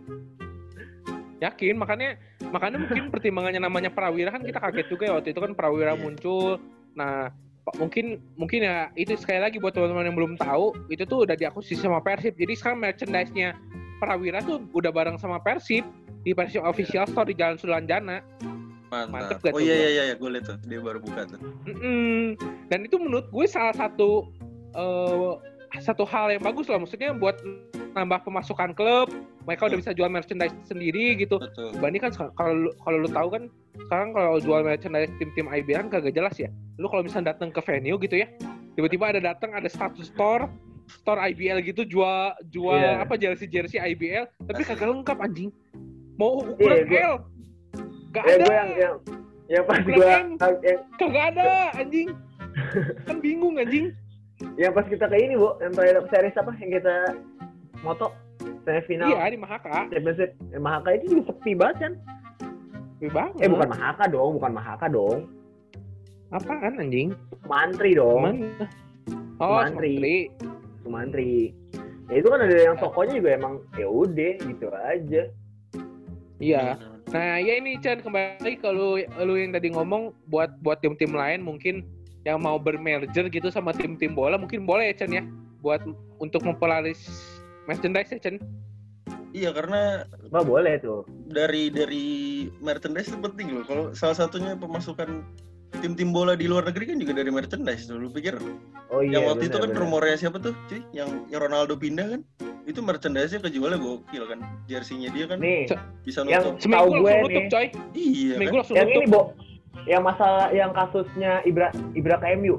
S1: Yakin, makanya makanya mungkin pertimbangannya namanya Prawira kan kita kaget juga ya waktu itu kan Prawira
S2: Iya.
S1: muncul. Nah, Pak, mungkin mungkin ya itu sekali lagi buat teman-teman yang belum tahu, itu tuh udah diakuisisi sama Persib. Jadi sekarang merchandise-nya Prawira tuh udah bareng sama Persib di Persib Official Store di Jalan Sulanjana. Mantep
S2: Mantap.
S1: gak
S2: Oh
S1: tuh,
S2: iya
S1: Bro?
S2: iya iya, gue liat tuh, dia baru buka tuh.
S1: Mm-mm. Dan itu menurut gue salah satu eh, satu hal yang bagus lah, maksudnya buat nambah pemasukan klub, mereka udah bisa jual merchandise sendiri gitu.
S2: Betul.
S1: Banding kan sek- kalau lu- kalau lu tahu kan sekarang kalau jual merchandise tim-tim I B L kan kagak jelas ya. Lu kalau misalnya datang ke venue gitu ya, tiba-tiba ada datang ada status store store I B L gitu jual jual
S3: Iya.
S1: apa jersey jersey I B L tapi kagak lengkap anjing. Mau ukuran
S3: Iya, gua-
S1: L. Gak
S3: Ya
S1: ada.
S3: gue yang, yang, yang pas
S1: Ukuran
S3: gue,
S1: M.
S3: yang,
S1: Kagak ada anjing. Kan bingung anjing.
S3: yang pas kita ke ini, Bu, yang terakhir series apa yang kita moto semifinal
S1: Iya di Mahaka.
S3: Championship, eh, Mahaka itu juga sepi banget kan?
S1: Sepi banget.
S3: Eh bukan Mahaka dong, bukan Mahaka dong,
S1: Apaan anjing?
S3: Mantri dong,
S1: Mana? Oh,
S3: Sumantri.
S1: Sumantri.
S3: Sumantri. Ya itu kan ada yang tokonya juga emang ya udah gitu aja.
S1: Iya.
S2: Hmm.
S1: Nah, ya ini Chan kembali ke lu, lu yang tadi ngomong buat buat tim-tim lain mungkin yang mau bermerger gitu sama tim-tim bola mungkin boleh ya Chan ya buat untuk mempolaris merchandise ya Chan.
S2: Iya, karena
S3: Wah boleh tuh.
S2: dari dari merchandise itu penting loh. Kalau salah satunya pemasukan tim-tim bola di luar negeri kan juga dari merchandise tuh. Lu pikir
S3: Oh iya.
S2: yang waktu
S3: bener,
S2: itu kan
S3: bener.
S2: rumornya siapa tuh, cuy? Yang, yang Ronaldo pindah kan? Itu merchandise-nya kejualnya gokil kan. Jersey-nya dia kan
S3: Nih,
S2: bisa
S3: yang-
S2: nutup.
S1: Seminggu
S3: Tahu gue
S1: langsung nutup
S3: nih.
S1: coy.
S2: Iya
S1: Seminggu
S2: kan?
S1: langsung
S3: yang
S1: nutup.
S3: ini, Bo. Yang masalah yang kasusnya Ibra Ibra ke M U.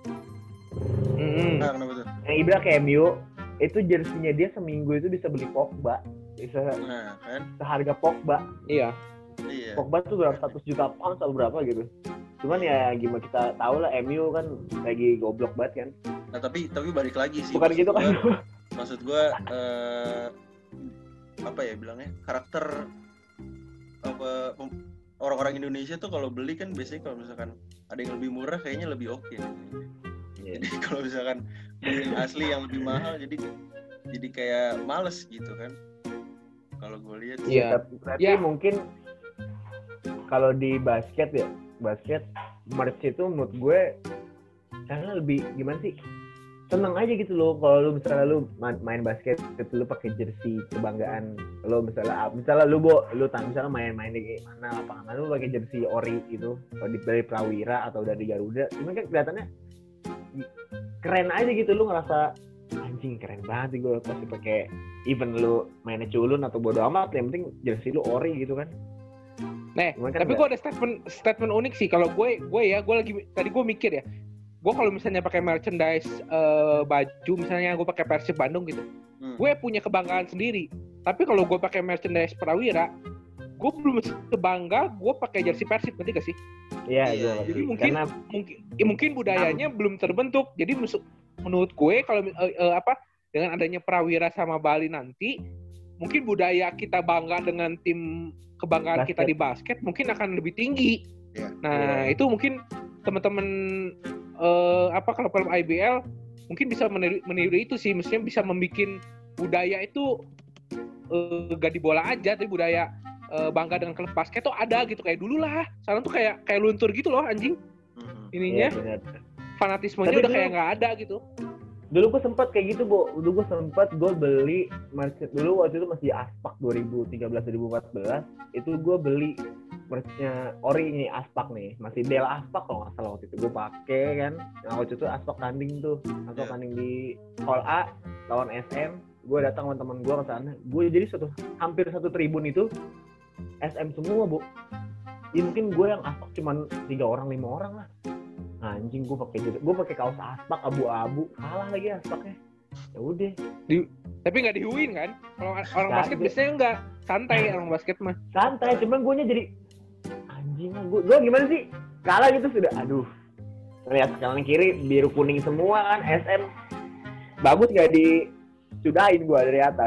S1: Mm-mm.
S2: Nah, kenapa tuh?
S3: Yang Ibra ke M U itu jersinya dia seminggu itu bisa beli Pogba. Bisa
S2: Nah, kan?
S3: seharga Pogba.
S1: Iya.
S2: Iya.
S3: Pogba tuh berapa seratus juta pound atau berapa gitu. Cuman ya gimana kita tahu lah M U kan lagi goblok banget kan.
S2: Nah, tapi tapi balik lagi sih.
S3: Bukan
S2: maksud
S3: gitu kan.
S2: gua- Maksud gua eh, apa ya bilangnya? Karakter apa pem- orang-orang Indonesia tuh kalau beli kan biasanya kalau misalkan ada yang lebih murah kayaknya lebih oke.
S3: Iya.
S2: Jadi kalau misalkan beli yang asli yang lebih mahal jadi jadi kayak males gitu kan. Kalau gue lihat sih.
S1: Iya.
S3: Tapi berarti
S1: Ya.
S3: mungkin kalau di basket ya, basket merch itu menurut gue karena lebih gimana sih? Seneng aja gitu loh kalau lu misalnya lu main, main basket itu lu pakai jersey kebanggaan lu misalnya misalnya lu bo lu tak misalnya main-main di mana lapangan lu pakai jersey ori gitu kalau di dari Prawira atau dari Garuda cuman kan kelihatannya keren aja gitu lu ngerasa anjing keren banget gue pasti pakai even lu mainnya culun atau bodo amat yang penting jersey lu ori gitu kan.
S1: Nah,
S3: Cuman kan
S1: tapi
S3: nggak-
S1: gue ada statement statement unik sih kalau gue gue ya gue lagi tadi gue mikir ya gue kalau misalnya pakai merchandise eh, baju misalnya gue pakai Persib Bandung gitu
S2: Hmm.
S1: gue punya kebanggaan sendiri tapi kalau gue pakai merchandise Prawira gue belum sebangga gue pakai jersey Persib, ngerti gak sih?
S3: Iya,
S2: Iya,
S3: gue
S1: Jadi mungkin
S3: karena
S1: mungkin ya mungkin budayanya belum terbentuk. Jadi mus- menurut gue kalau eh, eh, apa dengan adanya Prawira sama Bali nanti, mungkin budaya kita bangga dengan tim kebanggaan kita
S3: Basket.
S1: di basket mungkin akan lebih tinggi.
S2: Iya.
S1: Nah, itu mungkin teman-teman eh, apa kalau klub I B L mungkin bisa meniru, meniru itu sih, maksudnya bisa membuat budaya itu eh, gak di bola aja, tapi budaya eh, bangga dengan klub basket tuh ada gitu kayak dulu lah. Sekarang tuh kayak kayak luntur gitu loh anjing.
S2: Mhm.
S1: Ininya
S3: Iya, benar.
S1: fanatismenya
S3: Tapi
S1: udah
S3: dulu-
S1: kayak nggak ada gitu.
S3: Dulu gue sempet kayak gitu, Bo. Dulu gue sempet gue beli merch dulu waktu itu masih Aspak dua ribu tiga belas dua ribu empat belas. Itu gue beli merchnya ori nih, Aspak nih. Masih Dela Aspak kalau nggak salah waktu itu. Gue pakai kan. Nah, waktu itu Aspak tanding tuh. Aspak
S2: Yeah.
S3: tanding di Hall A lawan S M. Gue datang sama teman gue ke sana. Gue jadi satu hampir satu tribun itu S M semua, Bu. Ya, mungkin gue yang Aspak cuman tiga orang lima orang lah. Anjing, gue pakai gue pakai kaos Aspak abu-abu, kalah lagi Aspaknya. Ya udah.
S1: Tapi nggak dihuin kan? Kalau orang
S3: Nggak,
S1: basket
S3: gue-
S1: biasanya nggak santai orang basket mah.
S3: Santai, cuman gue nya jadi anjing lah, gue gue gimana sih? Kalah gitu sudah, aduh. Lihat kanan kiri biru kuning semua kan, S M. Bagus gak disudahin gue dari atas.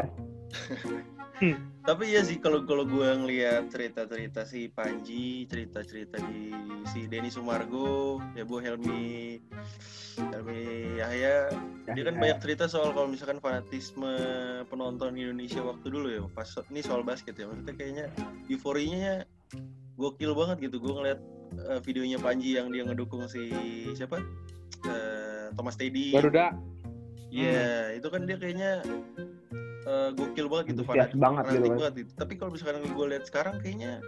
S2: Tapi iya sih kalau kalau gue ngelihat cerita-cerita si Panji, cerita-cerita di si Denny Sumargo, ya Bu Helmi, Helmi Yahya, dia kan banyak cerita soal kalau misalkan fanatisme penonton Indonesia waktu dulu ya, pas ini soal basket ya, maksudnya kayaknya euforinya gokil banget gitu. Gue ngeliat uh, videonya Panji yang dia ngedukung si siapa, uh, Thomas Teddy.
S1: Garuda.
S2: Iya, hmm. itu kan dia kayaknya Uh, gokil banget gitu,
S3: Antusias
S2: fanatik
S3: banget gitu kan.
S2: banget gitu. Tapi kalau misalkan gue lihat sekarang kayaknya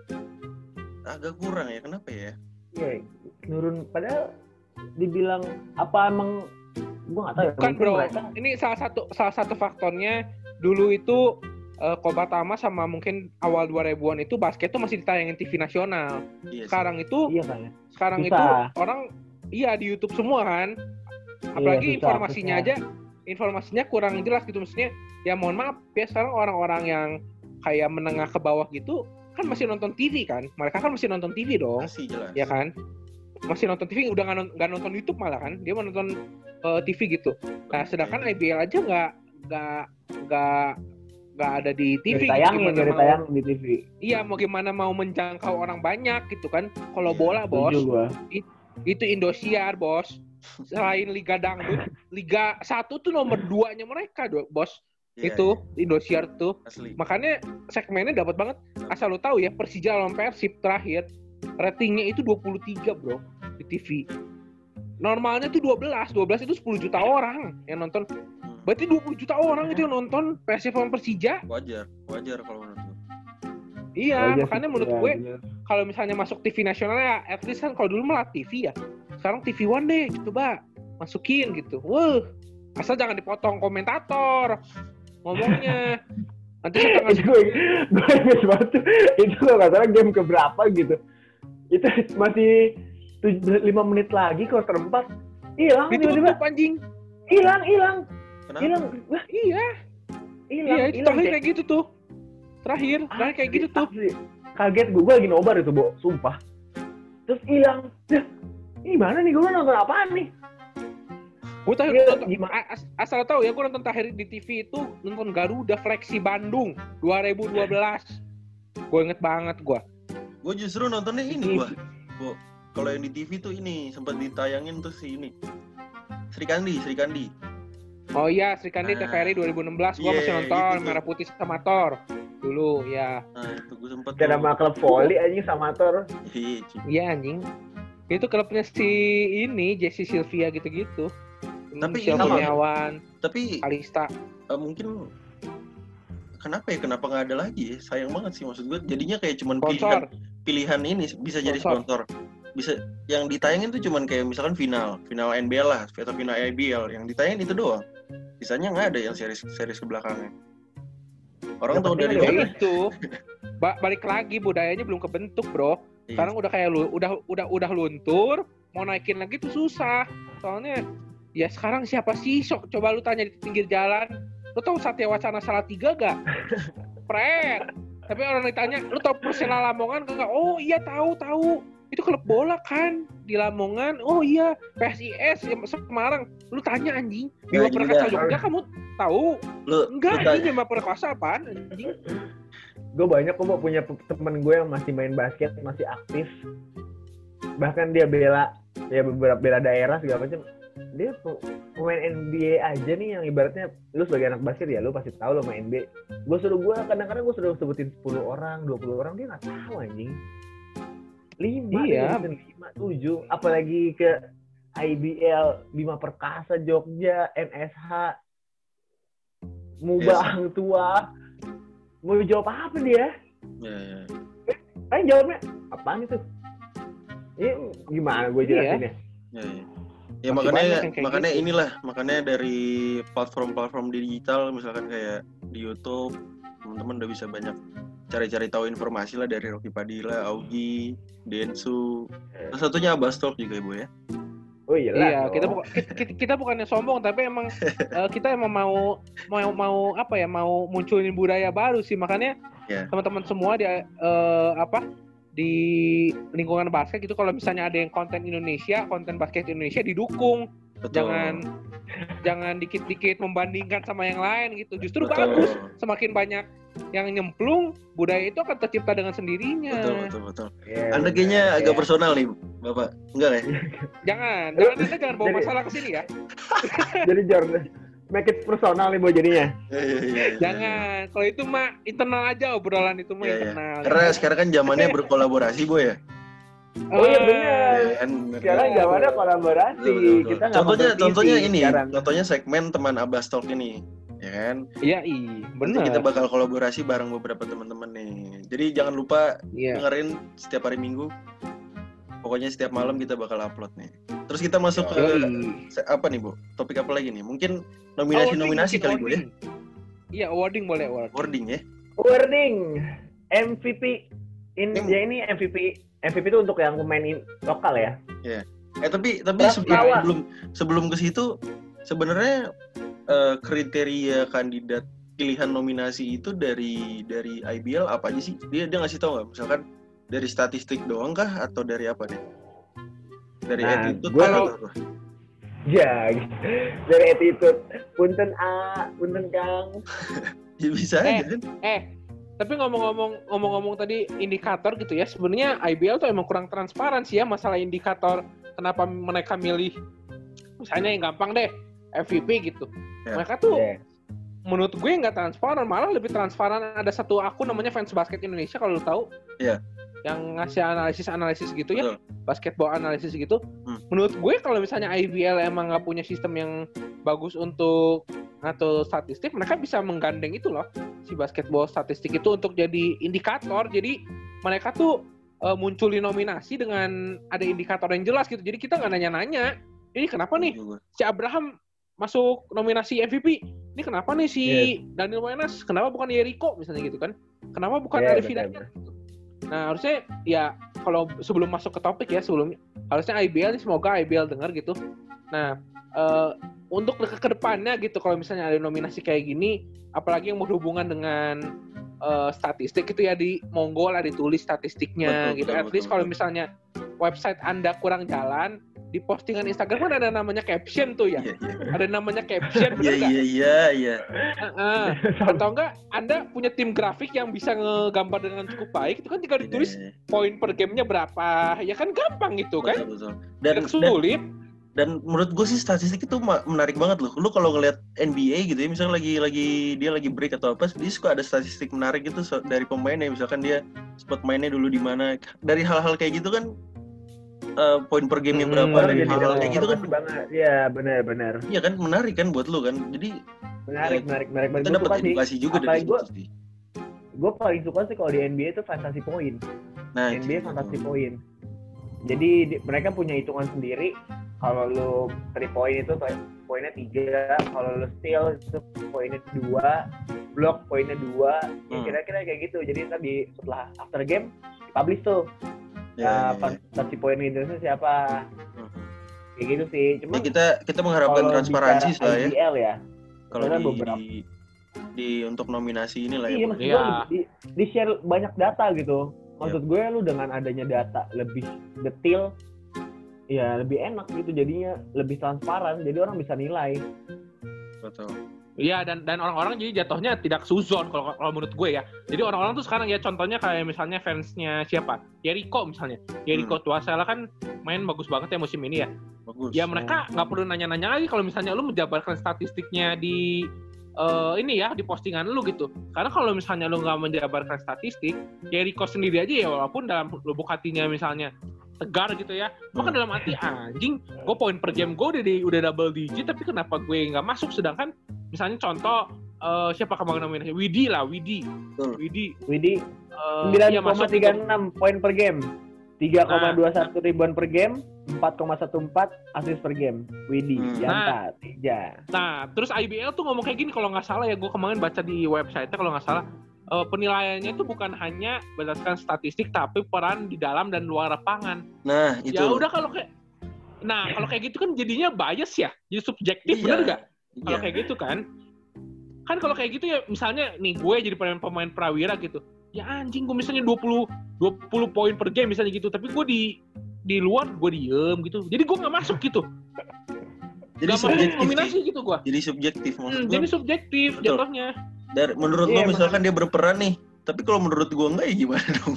S2: agak kurang ya, kenapa ya?
S3: Iya, nurun. Padahal dibilang apa emang gue nggak tahu ya.
S1: Bukan
S3: mungkin
S1: bro,
S3: mereka-
S1: ini salah satu salah satu faktornya dulu itu uh, Kobatama sama mungkin awal dua ribuan itu basket tuh masih ditayangin T V nasional.
S2: Iya sih.
S1: Sekarang itu
S3: Iya kan ya.
S1: sekarang
S3: Susah.
S1: itu orang iya di YouTube semua kan. Apalagi
S3: Iya, susah,
S1: informasinya
S3: susah.
S1: aja informasinya kurang jelas gitu, maksudnya ya mohon maaf ya, sekarang orang-orang yang kayak menengah ke bawah gitu kan masih nonton T V kan, mereka kan masih nonton T V dong,
S2: Masih jelas.
S1: ya kan, masih nonton T V, udah nggak nggak nonton YouTube malah kan, dia mau nonton uh, T V gitu. Nah sedangkan I B L aja nggak nggak nggak nggak ada di T V.
S3: Dari tayangin,
S1: Gimana
S3: dari
S1: mau-
S3: tayang di T V.
S1: Iya, mau gimana mau menjangkau orang banyak gitu kan. Kalau
S2: Iya,
S1: bola bos,
S3: Setuju gua.
S1: itu Indosiar bos. Selain Liga Dangdut, Liga satu tuh nomor duanya mereka do- bos.
S2: Iya,
S1: Itu Indosiar tuh.
S2: iya, asli.
S1: Makanya segmennya dapat banget. Asal lo tahu ya, Persija lawan Persib terakhir ratingnya itu dua puluh tiga bro di T V. Normalnya tuh dua belas, dua belas itu sepuluh juta orang yang nonton.
S2: Hmm.
S1: Berarti dua puluh juta orang itu yang nonton Persib lawan Persija.
S2: Wajar, wajar kalau menurut gue.
S1: Iya,
S3: Wajar
S1: makanya
S3: sih,
S1: menurut
S3: iya,
S1: gue
S3: bener.
S1: kalau misalnya masuk T V nasional ya, at least kan kalau dulu malah T V ya. Sekarang T V One deh, coba masukin gitu. Wah, asal jangan dipotong komentator ngomongnya. Nanti setengah
S3: itu gue gue inget banget tuh. Itu kalau nggak salah game keberapa gitu. Itu masih tujuh, lima menit lagi quarter empat hilang tiba-tiba,
S1: ditutup anjing.
S3: hilang hilang
S2: Kenapa?
S3: hilang wah
S1: Iya,
S3: hilang
S1: iya itu
S3: hilang
S1: terakhir kayak gitu tuh. Terakhir, terakhir kayak gitu tuh.
S3: asli. Kaget gue, gue lagi nobar itu, Bo, sumpah. Terus hilang. Dah, ini mana nih, gue nonton apaan nih?
S1: Gue tahu
S3: Iya,
S1: nonton,
S3: gimana?
S1: as- asal tahu ya, gue nonton terakhir di T V itu nonton Garuda Fleksi Bandung dua ribu dua belas. Gue inget banget gue.
S2: Gue justru nontonnya ini gua. Bu, kalau yang di T V tuh ini sempat ditayangin tuh si ini. Sri Kandi, Sri Kandi.
S1: Oh iya, Sri Kandi
S2: Nah,
S1: T V R I dua ribu enam belas, gue
S2: iya,
S1: masih nonton
S2: gitu tuh.
S1: Merah Putih sama Thor dulu ya.
S2: Nah, itu gue sempat
S3: Kayak nama klub volley anjing sama Tor.
S2: Iya, cuy.
S1: Iya anjing. Itu klubnya si ini Jesse Sylvia gitu-gitu.
S2: Tapi
S1: Michelle
S2: ini-
S1: Kurniawan,
S2: Tapi
S1: Kalista.
S2: uh, mungkin kenapa ya kenapa nggak ada lagi ya? Sayang banget sih, maksud gue jadinya kayak cuman pilihan
S1: Sponsor.
S2: pilihan ini bisa jadi
S1: Sponsor.
S2: sponsor. Bisa yang ditayangin tuh cuman kayak misalkan final final N B L lah atau final I B L, yang ditayangin itu doang. Sisanya nggak ada yang series series ke belakangnya. Orang
S3: Ya,
S2: tahu
S3: penting
S2: dari
S3: ada
S1: Ya
S2: mana?
S1: itu. Ba- balik lagi budayanya belum kebentuk, Bro.
S2: Iya.
S1: Sekarang udah kayak lu udah udah udah luntur, mau naikin lagi tuh susah. Soalnya ya sekarang siapa sih sok coba lu tanya di pinggir jalan. Lu tahu Satya Wacana Salatiga gak? Pret. Tapi orang ditanya, lu tau Persela Lamongan kagak? Oh iya tahu tahu. Itu klub bola kan di Lamongan. Oh iya, P S I S ya, Semarang. Lu tanya anjing. Bima
S2: Nah,
S1: Perkasa
S2: juga.
S1: Jogja kamu tahu?
S2: Lu
S1: Enggak,
S2: lu
S1: anjing
S2: tanya.
S1: Bima Perkasa apaan anjing?
S3: Gue banyak kok Bo, punya temen gue yang masih main basket, masih aktif. Bahkan dia bela ya beberapa bela daerah segala macam. Dia pemain N B A aja nih yang ibaratnya lu sebagai anak basket ya lu pasti tahu lo main N B A. Gue suruh gue kadang-kadang gue suruh sebutin sepuluh orang, dua puluh orang dia nggak tahu anjing. lima
S1: Iya.
S3: dia lima, tujuh apalagi ke I B L Bima Perkasa Jogja, N S H Muba
S2: Yes.
S3: Hang Tua. Mau jawab apa dia?
S2: Ya, ya.
S3: Kan jawabnya apaan itu? Ini gimana gue jelasin ya?
S2: Ya, ya. Ya
S1: Masih
S2: makanya
S1: banyak yang kayak
S2: makanya
S1: gitu.
S2: inilah makanya dari platform-platform digital misalkan kayak di YouTube teman-teman udah bisa banyak cari-cari tahu informasi lah dari Rocky Padilla, Augie, Densu. Salah satunya Abastalk juga Ibu ya.
S3: Oh iya lah.
S1: Iya, kita buka, kita, kita bukannya sombong tapi emang uh, kita emang mau mau mau apa ya, mau munculin budaya baru sih. Makanya
S2: Yeah.
S1: teman-teman semua di uh, apa di lingkungan basket gitu kalau misalnya ada yang konten Indonesia, konten basket Indonesia didukung.
S2: Betul.
S1: Jangan jangan dikit-dikit membandingkan sama yang lain gitu. Justru
S2: Betul.
S1: bagus. Semakin banyak yang nyemplung, budaya itu akan tercipta dengan sendirinya.
S2: Betul, betul, betul.
S3: Ya,
S2: Anda kayaknya
S3: benar,
S2: agak
S3: ya.
S2: personal nih, Bapak. Enggak ya?
S1: Jangan, jangan Anda jangan bawa
S3: Jadi-
S1: masalah ke sini ya.
S3: Jadi Jordan make it personal nih Bo jadinya.
S2: Iya, iya, iya.
S1: Jangan. Kalau itu mah internal aja obrolan itu mah
S2: Iya, iya.
S1: internal.
S2: Karena sekarang kan zamannya berkolaborasi, Boy ya.
S3: Oh iya
S1: Ah,
S3: benar.
S2: Iya kan, bener.
S3: Sekarang zamannya kolaborasi.
S2: Betul, betul, betul.
S3: Kita nggak
S2: Contohnya,
S3: kompetisi
S2: contohnya ini,
S3: sekarang.
S2: contohnya segmen teman Abastalk ini, ya kan?
S1: Iya, iya,
S2: Nanti kita
S1: benar.
S2: bakal kolaborasi bareng beberapa teman-teman nih. Jadi jangan lupa
S1: Iya.
S2: dengerin setiap hari Minggu. Pokoknya setiap malam kita bakal upload nih. Terus kita masuk ke
S1: Yoi.
S2: se- apa nih, Bu? Topik apa lagi nih? Mungkin
S1: Oh,
S2: nominasi-nominasi
S1: awarding,
S2: kali, Bu ya?
S1: awarding. Iya, awarding boleh, awarding.
S2: Wording ya.
S3: Wording M V P in
S2: Yang-
S3: ya ini M V P M V P itu untuk yang pemain in- lokal ya.
S2: Eh tapi tapi
S3: Pras
S2: sebelum
S3: Tawa.
S2: sebelum sebelum ke situ sebenarnya eh, kriteria kandidat pilihan nominasi itu dari dari I B L apa aja sih? Dia dia ngasih tahu nggak? Misalkan dari statistik doang kah atau dari apa nih? Dari
S3: Nah,
S2: attitude
S3: gua-
S2: atau apa?
S3: Ya, dari attitude. Punten A, punten Kang.
S2: Ya bisa
S1: Eh.
S2: aja kan?
S1: Eh, tapi ngomong-ngomong ngomong-ngomong tadi indikator gitu ya, sebenarnya I B L tuh emang kurang transparan sih ya masalah indikator. Kenapa mereka milih misalnya yang gampang deh M V P gitu.
S2: Ya.
S1: Mereka tuh
S3: Yeah.
S1: menurut gue nggak transparan, malah lebih transparan ada satu akun namanya Fans Basket Indonesia kalau lu tahu.
S2: Iya.
S1: Yang ngasih analisis-analisis gitu ya,
S2: Betul.
S1: basketball analisis gitu.
S2: Hmm.
S1: Menurut gue kalau misalnya I B L emang nggak punya sistem yang bagus untuk ngatur statistik, mereka bisa menggandeng itu loh, si basketball statistik itu untuk jadi indikator. Jadi mereka tuh uh, munculin nominasi dengan ada indikator yang jelas gitu. Jadi kita nggak nanya-nanya, ini kenapa nih
S2: Juga.
S1: si Abraham masuk nominasi M V P? Ini kenapa nih si
S3: Yes.
S1: Daniel Wenas? Kenapa bukan Yeriko misalnya gitu kan? Kenapa bukan
S3: Yeah,
S1: Arif
S3: benar,
S1: Hidayat? Gitu. Nah harusnya ya kalau sebelum masuk ke topik ya sebelumnya harusnya I B L nih, semoga I B L dengar gitu. Nah uh, untuk ke kedepannya gitu kalau misalnya ada nominasi kayak gini, apalagi yang berhubungan dengan uh, statistik itu ya di monggo lah ditulis statistiknya
S2: Betul,
S1: gitu.
S2: betul,
S1: At least
S2: betul,
S1: kalau
S2: betul.
S1: misalnya website Anda kurang jalan, di postingan Instagram kan ada namanya caption tuh ya.
S2: Iya, iya.
S1: Ada namanya caption,
S2: Iya,
S1: bener nggak?
S2: iya, iya, iya.
S1: Heeh. Atau enggak Anda punya tim grafik yang bisa ngegambar dengan cukup baik, itu kan tinggal ditulis
S2: Iya, iya.
S1: poin per gamenya berapa, ya kan gampang gitu kan?
S2: Betul, betul. Dan,
S1: Tidak
S2: dan
S1: sulit.
S2: dan menurut gue sih statistik itu ma- menarik banget loh. Lu kalau ngeliat N B A gitu ya, misalnya lagi lagi dia lagi break atau apa, dia suka ada statistik menarik gitu so- dari pemainnya. Misalkan dia spot mainnya dulu di mana. Dari hal-hal kayak gitu kan, eh, poin per gamenya
S1: Hmm,
S2: berapa,
S1: baru
S2: dari
S1: jadi
S2: hal-hal
S1: tahu.
S2: kayak gitu kan,
S3: banget. Ya, benar-benar.
S2: iya kan menarik kan buat lu kan. Jadi
S3: Menarik,
S2: Ya,
S3: menarik, menarik.
S2: kita
S3: Gua
S2: dapat
S3: suka sih.
S2: edukasi juga dari
S3: Apalagi
S2: situ
S3: gua-
S2: sih.
S3: Gue paling suka sih kalau di N B A itu fantasi poin.
S2: Nah,
S3: N B A
S2: gitu.
S3: fantasi poin. Jadi di- mereka punya hitungan sendiri. Kalau lu three point itu to- poinnya tiga, kalau lu steal itu poinnya dua, block poinnya dua, ya
S2: Hmm.
S3: kira-kira kayak gitu. Jadi tadi setelah after game dipublish tuh,
S2: Ya,
S3: nah,
S2: ya, ya.
S3: fantasi poin Indonesia siapa,
S2: Mhm.
S3: kayak gitu sih.
S2: Ya,
S3: Cuma
S2: kita kita mengharapkan
S3: kalau
S2: transparansi
S3: bicara
S2: lah ya.
S3: I B L ya,
S2: Kalau
S3: ada
S2: di,
S3: beberapa-
S2: di di di untuk nominasi inilah
S3: iya,
S2: ya.
S3: maksud
S1: Iya.
S3: gue di, di share banyak data gitu. Maksud gue lu dengan adanya data lebih detail, ya lebih enak gitu jadinya, lebih transparan. Jadi orang bisa nilai.
S2: Betul.
S1: Iya, dan dan orang-orang jadi jatuhnya tidak suzon kalau kalau menurut gue ya. Jadi orang-orang tuh sekarang ya contohnya kayak misalnya fansnya siapa? Jericho misalnya. Jericho
S2: Hmm.
S1: Tuasela kan main bagus banget ya musim ini ya.
S2: Bagus.
S1: Ya mereka nggak perlu nanya-nanya lagi kalau misalnya lu menjabarkan statistiknya di uh, ini ya di postingan lu gitu. Karena kalau misalnya lu nggak menjabarkan statistik, Jericho sendiri aja ya walaupun dalam lubuk hatinya misalnya tegar gitu ya, gue kan
S2: Hmm.
S1: dalam hati anjing, gue poin per game gue udah di, udah double digit tapi kenapa gue nggak masuk, sedangkan misalnya contoh uh, siapa kemarin nominasi Widi lah Widi
S2: Betul.
S1: Widi
S3: Widih
S1: uh,
S3: sembilan
S1: iya
S3: koma
S1: masuk
S3: tiga
S1: gitu.
S3: enam poin per game, tiga koma dua satu ribuan per game, empat koma satu empat assist per game. Widih,
S2: Hmm.
S3: Yanta, Teja.
S1: Nah terus I B L tuh ngomong kayak gini kalau nggak salah ya, gue kemarin baca di website-nya kalau nggak salah, uh, penilaiannya itu bukan hanya berdasarkan statistik tapi peran di dalam dan luar lapangan.
S2: Nah, itu.
S1: Ya udah kalau kayak, nah kalau kayak gitu kan jadinya bias ya, jadi subjektif.
S2: Iya.
S1: Bener nggak? Kalau
S2: Iya.
S1: kayak gitu kan, kan kalau kayak gitu ya misalnya nih gue jadi pemain pemain prawira gitu, ya anjing gue misalnya dua puluh poin per game misalnya gitu, tapi gue di di luar gue diem gitu, jadi gue nggak masuk gitu,
S2: Jadi
S1: nggak masuk
S2: subjektif.
S1: nominasi
S2: sih.
S1: gitu gue.
S2: Jadi subjektif maksud
S1: Hmm,
S2: gua.
S1: jadi subjektif
S2: Betul.
S1: jatuhnya.
S2: Dari menurut
S3: Iya,
S2: lo misalkan dia berperan nih, tapi kalau menurut gua enggak ya gimana dong?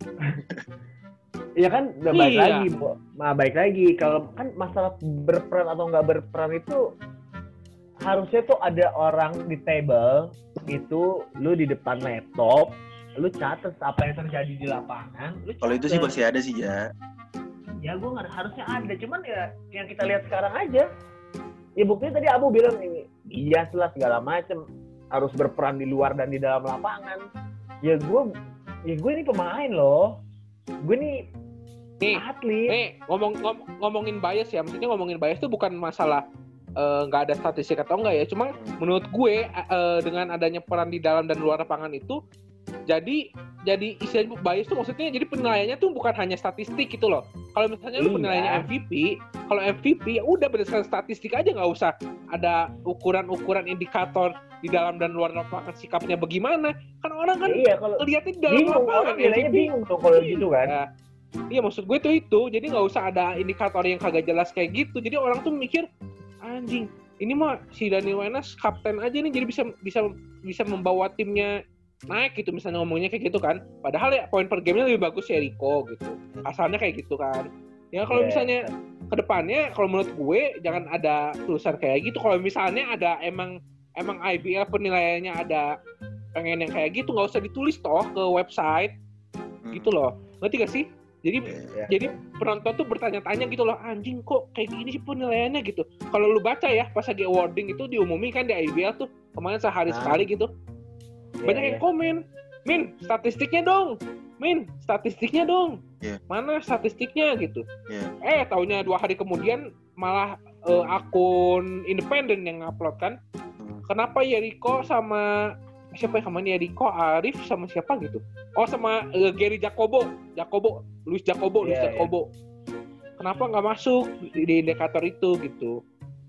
S3: Ya kan udah baik
S1: Iya.
S3: lagi, Bo. Nah, baik lagi kalau kan masalah berperan atau nggak berperan itu harusnya tuh ada orang di table itu, lu di depan laptop, lu catat apa yang terjadi di lapangan. Lu
S2: Kalau itu sih
S3: catet.
S2: masih ada sih ya.
S3: Ya gue nggak harusnya ada, cuman ya yang kita lihat sekarang aja. Ya buktinya tadi Abu bilang ini, iya lah segala macem harus berperan di luar dan di dalam lapangan. Ya gue, ya gue ini pemain loh. Gue nih
S1: Nih,
S3: atlet.
S1: nih ngomong, ngom, ngomongin bias ya, maksudnya ngomongin bias itu bukan masalah nggak uh, ada statistik atau enggak ya, cuma menurut gue uh, dengan adanya peran di dalam dan luar lapangan itu jadi jadi istilah bias tuh maksudnya jadi penilaiannya tuh bukan hanya statistik gitu loh. Kalau misalnya lu
S3: Iya.
S1: penilaiannya M V P, kalau M V P ya udah berdasarkan statistik aja, nggak usah ada ukuran-ukuran indikator di dalam dan luar lapangan sikapnya bagaimana. Kan orang kan
S3: Iya kalau
S1: lihatnya di dalam
S3: bingung,
S1: lapangan
S3: orang nilainya bingung tuh kalau gitu kan.
S1: Ya. Iya maksud gue tuh itu, jadi nggak usah ada indikator yang kagak jelas kayak gitu. Jadi orang tuh mikir anjing, ini mah si Daniel Wenas kapten aja nih, jadi bisa bisa bisa membawa timnya naik gitu misalnya ngomongnya kayak gitu kan. Padahal ya poin per gamenya lebih bagus ya Rico gitu. Asalnya kayak gitu kan. Ya kalau
S3: Yeah.
S1: misalnya kedepannya kalau menurut gue jangan ada tulisan kayak gitu. Kalau misalnya ada emang emang I B L penilaiannya ada pengen yang kayak gitu, nggak usah ditulis toh ke website
S2: Hmm.
S1: gitu loh. Ngerti gak sih? Jadi
S3: Ya.
S1: jadi penonton tuh bertanya-tanya gitu loh, anjing kok kayak gini sih penilaiannya gitu. Kalau lu baca ya pas lagi awarding itu diumumin kan di I B L tuh kemarin sehari
S3: Nah.
S1: sekali gitu. Banyak
S3: Iya,
S1: yang komen, Min statistiknya dong, Min statistiknya dong,
S2: Iya.
S1: mana statistiknya gitu.
S2: Iya.
S1: Eh taunya dua hari kemudian malah uh, akun independen yang ngupload kan.
S2: Hmm.
S1: Kenapa Yeriko sama siapa yang kemarin Yeriko, Arif sama siapa gitu? Oh sama uh, Gary Jacobo, Jacobo, Luis Jacobo, Luis
S3: Iya,
S1: Jacobo. Kenapa nggak masuk di, di indikator itu gitu?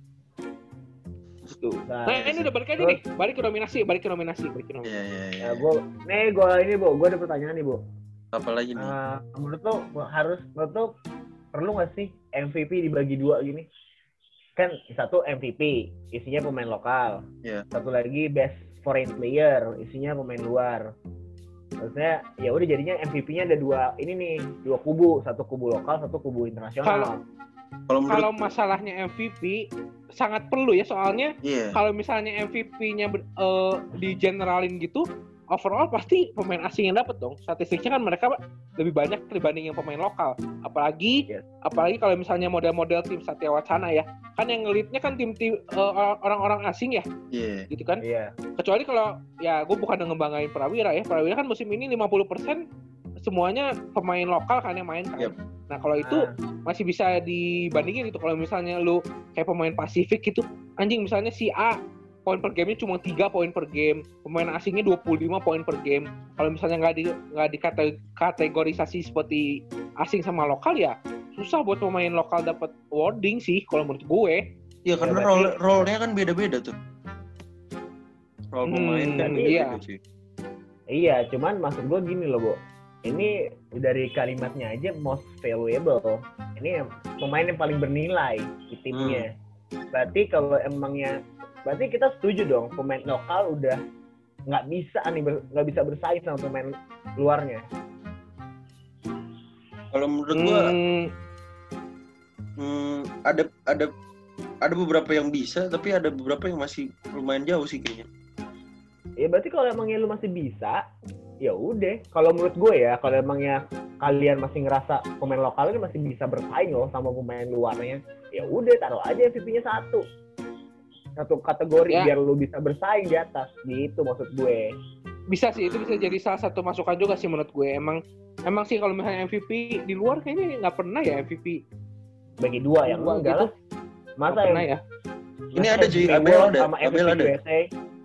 S1: Gitu.
S3: Nah,
S1: Nah ini udah balik aja nih, balik ke nominasi, balik ke nominasi, balik ke nominasi.
S2: Iya, iya, iya.
S3: Ya, gue, nih gue ini bu, gue ada pertanyaan nih bu.
S2: Apa lagi nih?
S3: Uh, menurut lo harus, menurut lo perlu nggak sih M V P dibagi dua gini? Kan satu M V P isinya pemain lokal,
S2: Iya.
S3: satu lagi best foreign player isinya pemain luar. Maksudnya ya udah jadinya M V P-nya ada dua ini nih, dua kubu, satu kubu lokal, satu kubu internasional.
S2: Kalau menurut
S1: Kalau masalahnya M V P sangat perlu ya, soalnya
S2: iya.
S1: kalau misalnya M V P-nya uh, di generalin gitu, overall pasti pemain asing yang dapat dong. Statistiknya kan mereka lebih banyak dibanding yang pemain lokal. Apalagi
S3: Yes.
S1: apalagi kalau misalnya model-model tim Satya Wacana ya, kan yang ngelitnya kan tim-tim uh, orang-orang asing ya,
S2: Iya.
S1: gitu kan.
S3: Iya.
S1: Kecuali kalau ya gue bukan ngebanggain Prawira ya, Prawira kan musim ini lima puluh persen semuanya pemain lokal kan yang main kan.
S2: Yep.
S1: Nah kalau itu
S3: Nah,
S1: masih bisa dibandingin gitu. Kalau misalnya lu kayak pemain Pasifik gitu, anjing misalnya si A poin per gamenya cuma tiga poin per game, pemain asingnya dua puluh lima poin per game. Kalau misalnya nggak di nggak dikategorisasi seperti asing sama lokal ya susah buat pemain lokal dapat awarding sih kalau menurut gue.
S2: Iya, karena
S3: Ya,
S2: role
S3: berarti-
S2: role-nya kan beda-beda tuh. Soal pemain
S1: Hmm,
S2: kan
S1: iya.
S2: gitu sih.
S3: Iya, cuman maksud gue gini loh, Bo. Ini dari kalimatnya aja most valuable. Ini pemain yang paling bernilai di timnya. Berarti kalau emangnya, berarti kita setuju dong pemain lokal udah nggak bisa nih ber- nggak bisa bersaing sama pemain luarnya.
S2: Kalau menurut gua
S1: Hmm,
S2: hmm, ada ada ada beberapa yang bisa, tapi ada beberapa yang masih lumayan jauh sih kayaknya.
S3: Ya berarti kalau emangnya lu masih bisa, ya udah. Kalau menurut gue ya, kalau emangnya kalian masih ngerasa pemain lokal ini masih bisa bersaing loh sama pemain luarnya, ya udah taruh aja M V P-nya satu. Satu kategori
S1: Ya.
S3: biar lu bisa bersaing di atas. Gitu maksud gue.
S1: bisa sih, itu bisa jadi salah satu masukan juga sih menurut gue. Emang emang sih kalau misalnya M V P di luar kayaknya nggak pernah ya M V P.
S3: Bagi dua yang
S1: Dua
S3: enggak
S1: gitu.
S3: lah.
S1: Nggak
S3: Masa
S1: pernah
S3: yang
S1: ya.
S2: Ini ada cuy,
S3: M V P
S2: Abel
S3: World
S2: ada,
S3: sama
S2: Abel
S3: M V P
S2: ada,
S3: U S A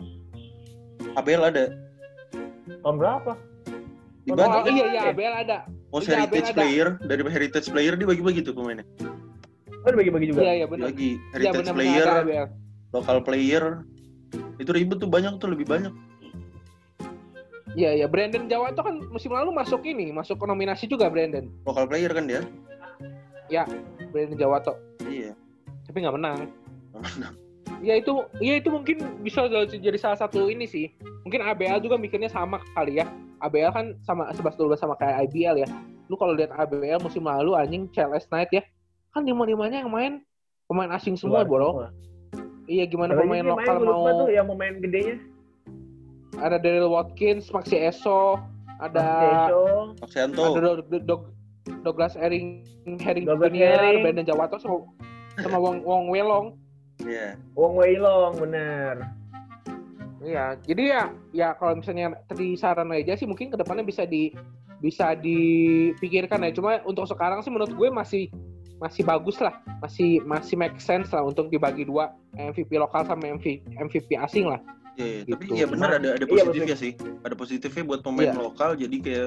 S2: Abel ada.
S3: tahun berapa?
S2: Dibagi
S1: Oh
S2: kan?
S1: iya iya, Abel ada.
S2: Most
S1: Iya, Abel
S2: heritage
S1: ada.
S2: player, dari heritage player dibagi-bagi tuh pemainnya.
S3: Oh dibagi-bagi juga?
S1: Iya iya benar.
S2: Dibagi
S1: Iya
S2: heritage
S1: benar-benar
S2: player,
S1: ada Abel.
S2: local player. Itu ribet tuh, banyak tuh, lebih banyak.
S1: Iya iya, Brandon Jawa tuh kan musim lalu masuk ini, masuk ke nominasi juga Brandon.
S2: Local player kan dia.
S1: Brandon Jawa tuh.
S2: Iya.
S1: Tapi nggak menang. Ya itu, ya itu mungkin bisa jadi salah satu ini sih. Mungkin A B L juga mikirnya sama kali ya. A B L kan sama sebelas dua belas sama kayak I B L ya. Lu kalau lihat A B L musim lalu anjing C L S Knight ya. Kan lima-limanya yang main pemain asing semua,
S3: Luar
S1: Bro.
S3: semua.
S1: Iya, gimana
S3: Siapa
S1: pemain
S3: aja sih
S1: lokal
S3: main, gua lupa
S1: mau
S3: tuh yang pemain gedenya.
S1: ada Daryl Watkins, Maxi Eso, ada
S3: Casey,
S2: Maxianto.
S1: ada Dog, Dog, Douglas Herring, Herring
S3: Douglas
S1: Junior,
S3: Herring.
S1: Brandon Jawato sama sama Wong, Wong Welong.
S2: Iya.
S3: Wong Weilong bener.
S1: Iya, jadi ya ya kalau misalnya tadi saran aja sih mungkin kedepannya bisa di bisa dipikirkan ya. Cuma untuk sekarang sih menurut gue masih masih bagus lah, masih masih make sense lah untuk dibagi dua M V P lokal sama M V P asing lah.
S2: Iya, iya. Tapi
S1: Gitu.
S2: iya benar ada ada
S3: Iya,
S2: positifnya sih. Ada positifnya buat pemain
S1: Iya.
S2: lokal, jadi kayak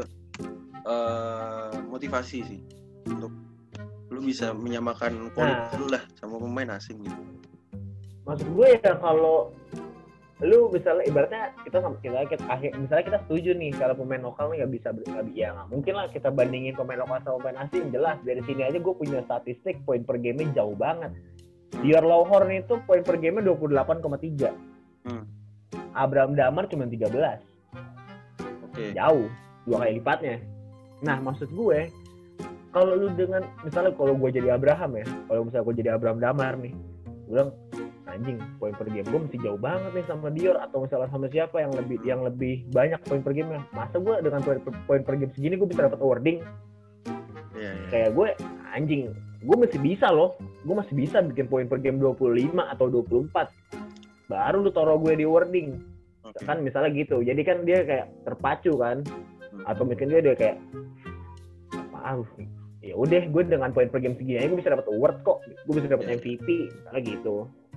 S2: eh, motivasi sih untuk lu bisa menyamakan kualitas
S3: Nah.
S2: lu lah sama pemain asing gitu.
S3: Maksud gue ya kalau lu misalnya ibaratnya kita sama kita, kita akhir misalnya kita setuju nih kalau pemain lokal nggak bisa nggak ya nggak mungkin lah kita bandingin pemain lokal sama pemain asing. Jelas dari sini aja gue punya statistik poin per game jauh banget. Dior Lowhorn itu poin per game dua puluh delapan koma tiga.
S2: Hmm.
S3: Abraham Damar cuma tiga belas.
S2: Oke.
S3: Jauh dua kali lipatnya. Nah maksud gue kalau lu dengan misalnya kalau gue jadi Abraham ya, kalau misalnya gue jadi Abraham Damar nih, gue bilang anjing poin per game gue masih jauh banget nih sama Dior atau misalnya sama siapa yang lebih yang lebih banyak poin per game-nya. Masa gue dengan poin per, poin per game segini gue bisa dapat awarding?
S2: Iya, iya.
S3: Kayak gue anjing, gue masih bisa loh. Gue masih bisa bikin poin per game dua puluh lima atau dua puluh empat. Baru lu taruh gue di awarding.
S2: Oke.
S3: Kan misalnya gitu. Jadi kan dia kayak terpacu kan. Atau mungkin dia dia kayak ah, ya udah gue dengan poin per game segini aja gue bisa dapat award kok. Gue bisa dapat
S2: Iya.
S3: M V P misalnya gitu.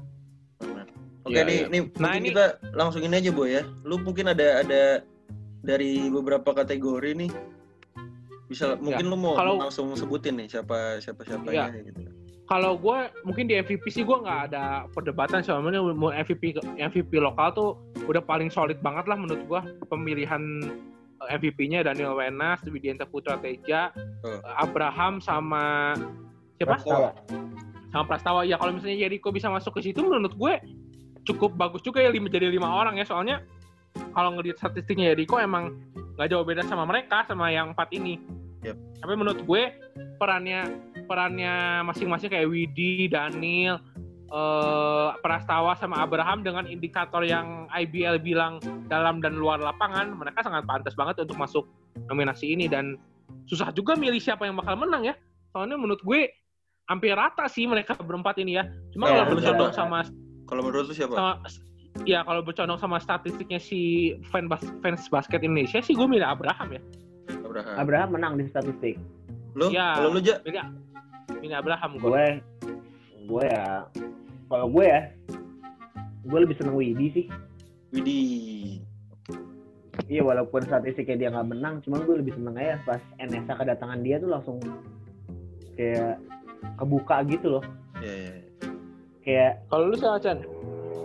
S2: Oke,
S1: Iya,
S2: nih,
S1: iya.
S2: nih
S1: Nah,
S2: mungkin
S1: ini-
S2: kita langsung ini aja, Boy ya. Lu mungkin ada ada dari beberapa kategori nih. Bisa mungkin lu mau
S1: kalau-
S2: langsung sebutin nih siapa siapa siapanya gitu.
S1: Kalau gue mungkin di M V P sih gue nggak ada perdebatan soalnya mau M V P M V P lokal tuh udah paling solid banget lah menurut gue pemilihan M V P-nya Daniel Wenas, Widianta Putra Teja,
S2: Oh.
S1: Abraham sama siapa?
S3: Prastawa.
S1: Sama Prastawa. Ya kalau misalnya Jericho bisa masuk ke situ menurut gue cukup bagus juga ya lima jadi lima orang ya soalnya kalau ngelihat statistiknya Jericho emang nggak jauh beda sama mereka sama yang empat ini.
S2: Yep.
S1: Tapi menurut gue perannya perannya masing-masing kayak Widi, Daniel, eh, Prastawa sama Abraham dengan indikator yang I B L bilang dalam dan luar lapangan mereka sangat pantas banget untuk masuk nominasi ini dan susah juga milih siapa yang bakal menang ya soalnya menurut gue hampir rata sih mereka berempat ini ya cuma
S2: Nah,
S1: kalau
S2: menurut
S1: bercondong
S2: siapa?
S1: sama
S2: Kalau menurut lu siapa?
S1: sama ya kalau bercondong sama statistiknya si fan bas, fans basket Indonesia sih gue milih Abraham ya
S2: Abraham.
S3: Abraham menang di statistik.
S2: Lu?
S1: Ya.
S2: Kalau lu Ja?
S1: milih milih Abraham gue
S3: Gue gue ya kalau gue ya gue lebih seneng Widi sih.
S2: Widih.
S3: Iya walaupun statistiknya dia nggak menang, cuman gue lebih seneng aja pas N S A kedatangan dia tuh langsung kayak kebuka gitu loh.
S2: Iya, iya.
S3: Kayak
S1: kalau lu siapa Chan?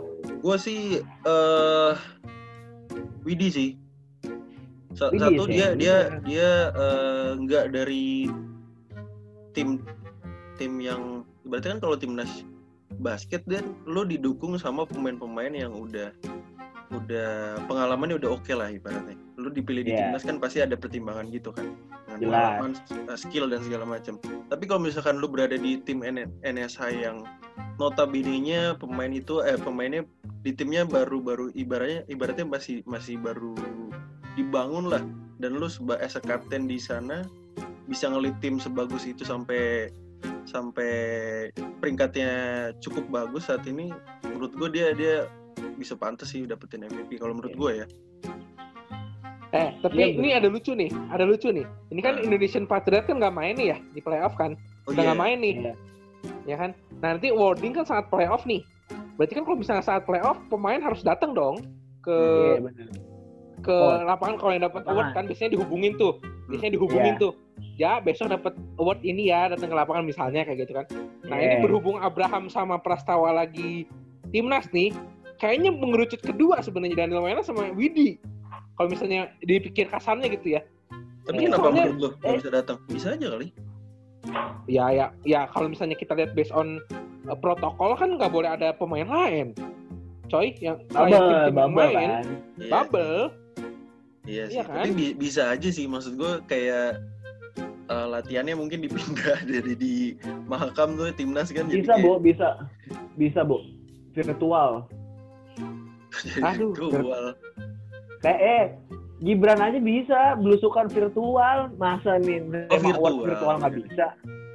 S2: Gue sih eh Widi sih. Sa-
S3: Widi
S2: Satu
S3: sih,
S2: dia
S3: Widi
S2: dia
S3: ya.
S2: dia eh, nggak dari tim tim yang berarti kan kalau timnas basket dan lo didukung sama pemain-pemain yang udah udah pengalamannya udah oke lah ibaratnya. Lo dipilih di
S3: Iya.
S2: timnas kan pasti ada pertimbangan gitu kan. Dengan
S3: Jelas.
S2: pengalaman, eh, skill dan segala macam. Tapi kalau misalkan lo berada di tim N- NSH yang notabene-nya pemain itu eh pemainnya di timnya baru-baru ibaratnya ibaratnya masih masih baru dibangun lah, dan lu seba as a captain di sana bisa ngelit tim sebagus itu sampai sampai peringkatnya cukup bagus saat ini. Menurut gue dia dia bisa pantas sih dapetin M V P kalau menurut gue ya.
S1: Eh, tapi
S3: Iya,
S1: ini
S3: bener.
S1: ada lucu nih, ada lucu nih. Ini kan
S2: Nah.
S1: Indonesian Patriot kan nggak main nih ya di playoff kan,
S2: Oh
S1: udah nggak
S2: iya.
S1: main nih,
S3: Iya.
S1: ya kan? Nah, nanti awarding kan saat playoff nih. Berarti kan kalau misalnya saat playoff pemain harus datang dong ke
S3: Iya benar.
S1: ke
S3: Oh,
S1: lapangan kalau yang dapat
S3: lapangan.
S1: award kan biasanya dihubungin tuh, biasanya dihubungin
S3: Iya.
S1: tuh. Ya besok dapat award ini ya, datang ke lapangan misalnya kayak gitu kan. Nah
S3: Iya.
S1: ini berhubung Abraham sama Prastawa lagi timnas nih, kayaknya mengerucut kedua sebenarnya Daniel Wenas sama Widi. Kalau misalnya dipikir kasarnya gitu ya.
S2: Tapi
S3: Eh,
S2: kenapa
S1: soalnya-
S2: menurut lo nggak
S3: eh.
S2: bisa datang? Bisa aja kali.
S1: Ya ya ya kalau misalnya kita lihat based on uh, protokol kan nggak boleh ada pemain lain. Coy, yang selain
S3: Bubble,
S1: tim-tim yang
S3: bubble
S1: main,
S3: kan.
S2: Iya,
S1: bubble.
S2: iya sih.
S1: Iya kan?
S2: Tapi bi- bisa aja sih, maksud gue kayak eh, latihannya mungkin dipindah dari di Mahakam tuh timnas kan.
S3: Bisa,
S2: jadi
S3: Bu, bisa. Bisa, Bu. Virtual.
S2: jadi
S1: Aduh,
S2: virtual.
S3: Kayak eh Gibran aja bisa belusukan virtual, masa nih
S2: Oh,
S3: tema award
S2: virtual.
S3: virtual nggak bisa?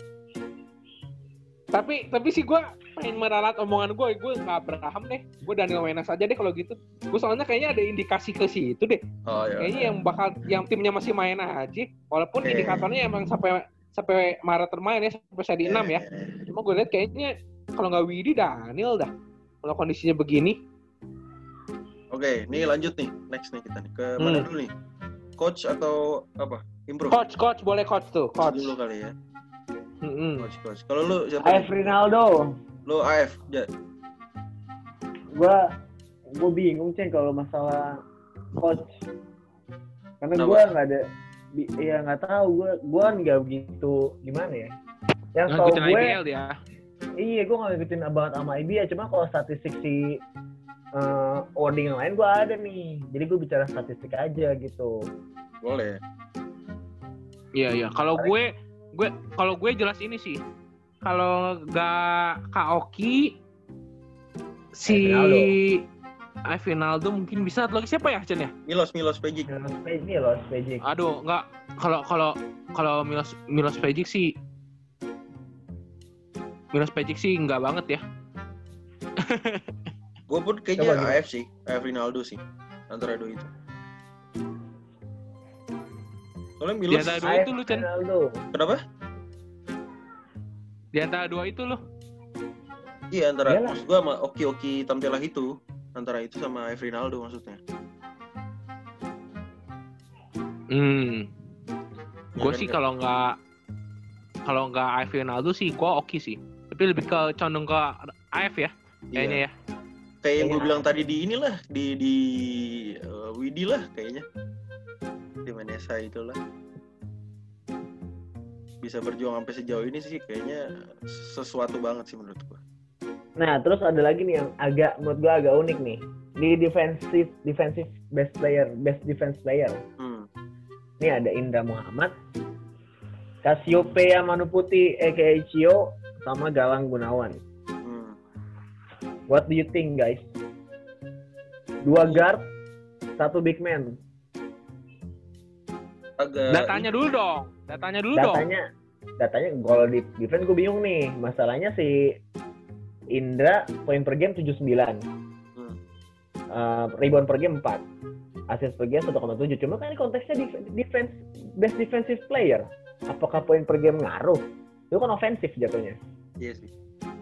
S1: Tapi tapi sih gue pengen meralat omongan gue, gue nggak Abraham deh, gue Daniel Wenas aja deh kalau gitu. Gue soalnya kayaknya ada indikasi ke situ deh.
S2: Oh ya.
S1: Kayaknya yang bakal yang timnya masih main aja, walaupun
S2: Oke.
S1: indikatornya emang sampai sampai Maret termain ya, sampai seri enam ya. Cuma gue lihat kayaknya kalau nggak Widi Daniel dah. Kalau kondisinya begini,
S2: Oke, nih lanjut nih, next nih kita nih ke mana
S1: Hmm.
S2: dulu nih? Coach atau apa? Improve.
S1: coach coach boleh coach tuh, coach.
S2: dulu kali ya.
S1: Mm-mm.
S2: Coach coach. Kalau lu siapa?
S3: A F
S2: nih?
S3: Rinaldo,
S2: Lu A F, ja.
S3: gua gua bingung ceng kalau masalah coach, karena
S2: Kenapa?
S3: gua nggak ada, bi- ya nggak tahu gua gua nggak begitu gimana ya. Yang tau
S1: Ngikutin
S3: gue,
S1: I B L dia.
S3: iya gue nggak ngikutin banget sama I B ya. Cuma kalau statistik si uh, awarding yang lain gue ada nih. Jadi gue bicara statistik aja gitu.
S2: Boleh.
S1: Iya iya. Kalau gue gue kalau gue jelas ini sih. Kalau nggak Kaoki si Afinaldo mungkin bisa. Atau lagi siapa ya Chen ya?
S2: Milos Milos Pejic.
S3: Ini loh, Spejik.
S1: Aduh, nggak. Kalau kalau kalau Milos Milos Pejic sih Milos Pejic sih nggak banget ya.
S2: Gue pun kayaknya
S3: Coba,
S2: A F sih, A F Rinaldo sih. Antara dua itu. Soalnya
S1: Di
S2: Milos,
S1: antara dua itu lu Chen.
S3: Ronaldo.
S2: kenapa?
S1: Di antara dua itu lu.
S2: Iya, antara
S3: Iyalah.
S2: maksud gue sama Oki-Oki Tampilah itu. Antara itu sama A F Rinaldo maksudnya.
S1: Hmm.
S2: Ya
S1: Gue
S2: kan,
S1: sih
S2: kan?
S1: kalau nggak kalau nggak A F Ronaldo sih gue oke sih. Tapi lebih ke condong ke A F ya kayaknya
S2: Iya.
S1: ya.
S2: Kayak yang gue
S3: Iya.
S2: bilang tadi di inilah, di di uh, Widi lah kayaknya. Di Vanessa itulah. Bisa berjuang sampai sejauh ini sih kayaknya sesuatu banget sih menurut gue.
S3: Nah, terus ada lagi nih yang agak menurut gua agak unik nih. Di defensive defensive best player, best defense player.
S2: Hmm.
S3: Ini ada Indra Muhammad, Cassiopeia Manuputi aka Cio, sama Galang Gunawan.
S2: Hmm.
S3: What do you think, guys? Dua guard, satu big man.
S2: Agak
S1: Datanya dulu dong. Datanya dulu dong.
S3: Datanya, datanya kalau di defense gue bingung nih. Masalahnya si Indra poin per game tujuh puluh sembilan.
S2: Hmm.
S3: Uh, rebound per game empat. Assist per game satu koma tujuh. Cuma kan ini konteksnya def- defense best defensive player. Apakah poin per game ngaruh? Itu kan ofensif jatuhnya.
S2: Iya sih.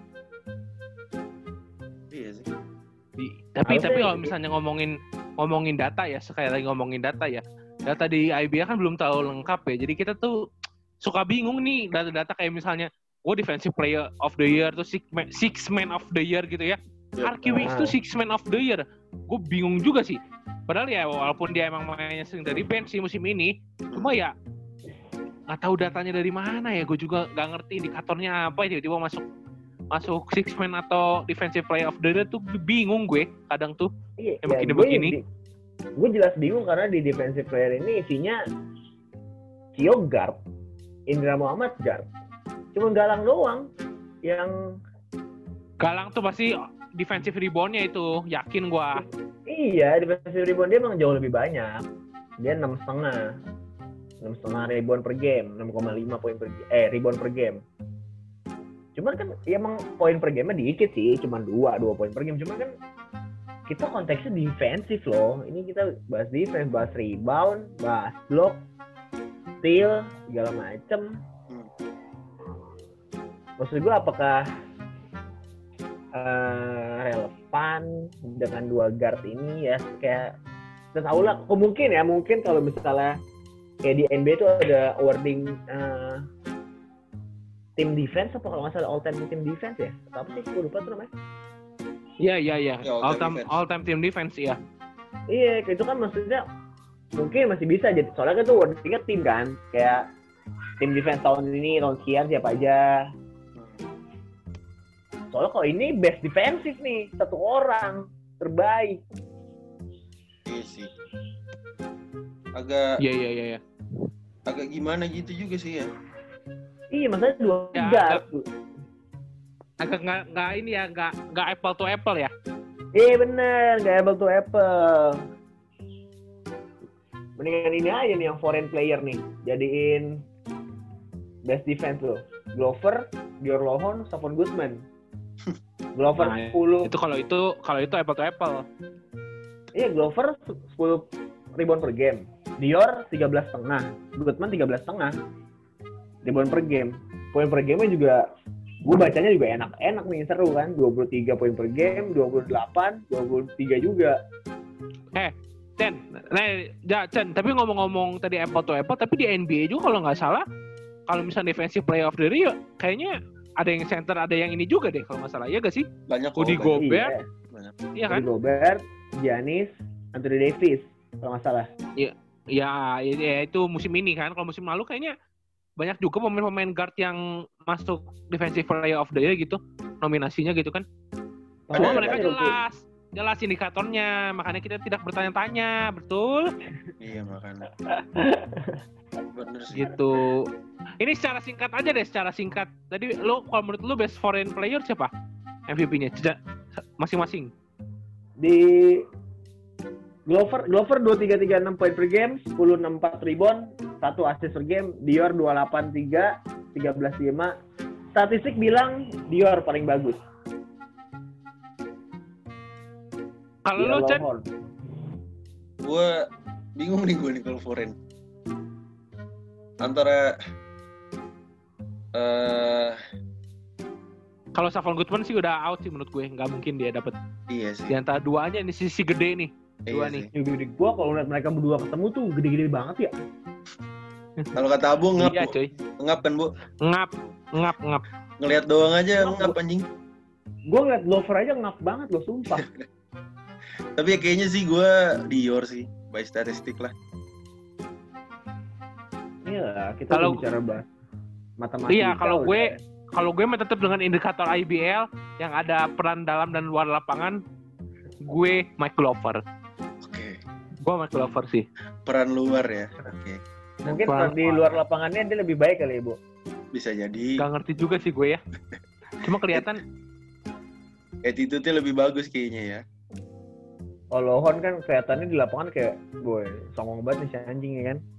S2: Iya sih.
S1: Di- tapi
S3: Harusnya
S1: tapi kalau
S3: gitu.
S1: misalnya ngomongin ngomongin data ya, sekali lagi ngomongin data ya. Data di I B L kan belum tahu lengkap ya. Jadi kita tuh suka bingung nih data-data kayak misalnya oh defensive player of the year tuh six man, six man of the year gitu ya. Arki Wings tuh six man of the year. Gue bingung juga sih. Padahal ya walaupun dia emang mainnya sering dari bench sih musim ini, cuma ya nggak tahu datanya dari mana ya. Gue juga nggak ngerti indikatornya apa. Tiba-tiba masuk masuk six man atau defensive player of the year tuh bingung gue kadang tuh.
S3: Iya,
S1: yang begini
S3: gue,
S1: begini.
S3: Gue jelas bingung karena di defensive player ini isinya Cio guard, Indra Muhammad guard, cuma Galang doang yang
S1: Galang tuh pasti defensive rebound-nya itu, yakin gua.
S3: Iya, defensive rebound dia emang jauh lebih banyak. Dia enam setengah, enam setengah rebound per game, enam koma lima poin per eh rebound per game. Cuman kan ya emang poin per game-nya dikit sih, cuma dua, dua poin per game. Cuman kan kita konteksnya defensif loh. Ini kita bahas defense, bahas rebound, bahas block, steal, segala macem. Maksud gue apakah uh, relevan dengan dua guard ini ya? Kayak kita tahu lah, oh, mungkin ya, mungkin kalau misalnya kayak di N B A itu ada awarding uh, team defense apa kalau nggak salah all time team defense ya? Atau apa sih? Gue lupa tuh namanya.
S1: Iya iya iya.
S2: Ya, all
S1: All
S2: time
S1: time
S2: defense.
S1: all time team defense ya.
S3: Iya, itu kan maksudnya mungkin masih bisa jadi. Soalnya kan tuh awardingnya tim kan, kayak tim defense tahun ini, tahun sekian siapa aja. Soalnya kalau ini best defensif nih, satu orang terbaik.
S2: Iya sih. Agak
S1: Iya iya iya. Ya.
S2: agak gimana gitu juga sih ya.
S3: Iya, maksudnya dua
S1: Ya,
S3: guard.
S1: Agak nggak nggak ini ya, nggak nggak apple to apple ya.
S3: Iya bener, nggak apple to apple. Mendingan ini aja nih yang foreign player nih, jadiin best defense loh. Glover, Dior Lohon, Savon Goodman. Glover
S1: Nah,
S3: sepuluh.
S1: Itu kalau itu kalau itu apple to apple.
S3: Iya, Glover sepuluh rebound per game. Dior tiga belas setengah. Goodman tiga belas setengah. Rebound per game. Poin per game-nya juga gue bacanya juga enak-enak nih, seru kan. dua puluh tiga poin per game, dua puluh delapan, dua puluh tiga juga.
S1: Eh, Chen, nah, ya, Chen, tapi ngomong-ngomong tadi apple to apple, tapi di N B A juga kalau nggak salah, kalau misalnya defensive player of the year, kayaknya ada yang center, ada yang ini juga deh kalau nggak salah, ya gak sih?
S2: Banyak kok.
S1: Rudy
S2: banyak.
S1: Gobert,
S2: Banyak.
S1: iya kan?
S3: Rudy Gobert, Giannis, Anthony Davis kalau nggak salah.
S1: Ya, ya, ya itu musim ini kan. Kalau musim lalu kayaknya banyak juga pemain-pemain guard yang masuk defensive player of the year gitu, nominasinya gitu kan. Cuma
S2: Ada,
S1: mereka
S3: ada,
S1: jelas, jelas indikatornya, makanya kita tidak bertanya-tanya, betul?
S2: Iya makanya. Bener sih.
S1: Gitu. Ini secara singkat aja deh, secara singkat. Tadi lo, kalau menurut lo best foreign player siapa? M V P-nya masing-masing.
S3: Di Glover, Glover dua puluh tiga tiga enam poin per game, sepuluh enam empat rebound, satu assist per game. Dior dua puluh delapan tiga, tiga belas lima. Statistik bilang Dior paling bagus.
S1: Kalau lo, Chen,
S2: Gue bingung nih gue nih kalau foreign. Antara eh
S1: kalau Savon Goodman sih udah out sih menurut gue, nggak mungkin dia dapat.
S2: iya sih.
S1: Di antara duanya ini sisi gede nih. Dua
S2: Iya
S1: nih.
S2: sih.
S3: Ya, gede gua kalau lihat mereka berdua ketemu tuh gede-gede banget ya.
S2: Kalau kata Abu ngap,
S1: Iya,
S2: Bu.
S1: cuy.
S2: ngap kan Bu?
S1: Ngap, ngap, ngap.
S2: Ngelihat doang aja
S3: Ngap,
S2: ngap
S3: Bu.
S2: anjing.
S3: Gua ngeliat Glover aja ngap banget loh, sumpah.
S2: Tapi ya kayaknya sih gue Dior sih, by statistik lah.
S3: Iya lah, kita
S1: Kalau-
S3: udah bicara bahas matematika.
S1: Iya, kalau
S3: udah.
S1: gue- Kalau gue mah tetap dengan indikator I B L yang ada peran dalam dan luar lapangan, gue Mike Glover.
S2: Oke.
S1: Gue Mike Glover sih.
S2: Peran luar ya. Oke.
S3: mungkin
S1: Pelan-
S3: di luar lapangannya dia lebih baik kali ya, Bu.
S2: Bisa jadi
S1: Gak ngerti juga sih gue ya. Cuma kelihatan
S2: attitude-nya lebih bagus kayaknya ya.
S3: Oh, Lohon kan kelihatannya di lapangan kayak, boy, songong banget nih si anjing ya kan.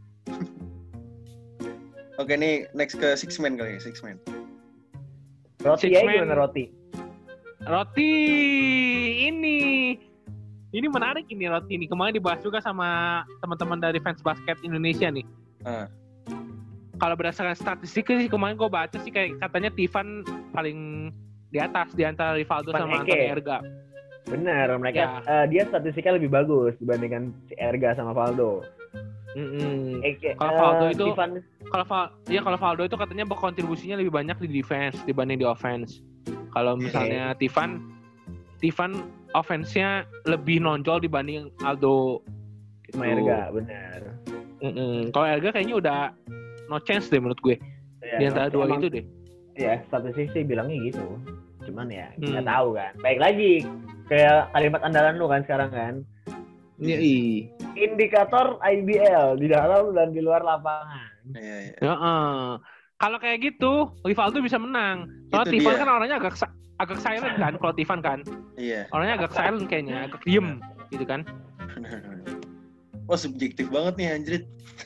S2: Oke nih next ke six man kali ya, six man.
S3: Roti
S1: Six
S3: ya
S1: man.
S3: gimana Roti?
S1: Roti ini ini menarik ini Roti ini. Kemarin dibahas juga sama teman-teman dari fans basket Indonesia nih.
S2: Ah.
S1: Kalau berdasarkan statistik sih kemarin gue baca sih kayak katanya Tivan paling di atas di antara Rivaldo
S3: Tivan
S1: sama
S3: Eke.
S1: Anthony Erga.
S3: Benar, mereka
S1: Ya.
S3: eh, dia statistiknya lebih bagus dibandingkan si Erga sama Valdo.
S1: Mm-mm.
S3: Eke,
S1: Kalau
S3: eh,
S1: Valdo itu-
S3: Tivan,
S1: Kalau Val, ya kalau Valdo itu katanya berkontribusinya lebih banyak di defense dibanding di offense. Kalau misalnya Tivan Tivan offense-nya lebih nonjol dibanding Aldo. Gitu.
S3: Maerga, benar.
S1: Mm-mm. Kalau Erga kayaknya udah no chance deh menurut gue.
S3: Ya,
S1: Di antara dua
S3: emang,
S1: itu deh.
S3: Ya, statistik sih bilangnya gitu. Cuman ya nggak
S1: Hmm.
S3: tahu kan. Baik lagi kayak kalimat andalan lu kan sekarang kan.
S1: Iya. Iya.
S3: Indikator I B L di dalam dan di luar lapangan.
S2: Iya, iya.
S1: Heeh. Kalau kayak gitu, Rivaldo bisa menang. Soalnya
S2: Itu
S1: Tivan
S2: dia.
S1: kan orangnya agak sa- agak silent kan, kalau Tivan kan.
S2: Iya.
S1: Orangnya agak silent kayaknya, agak diem gitu kan.
S2: Wah, subjektif banget nih anjrit.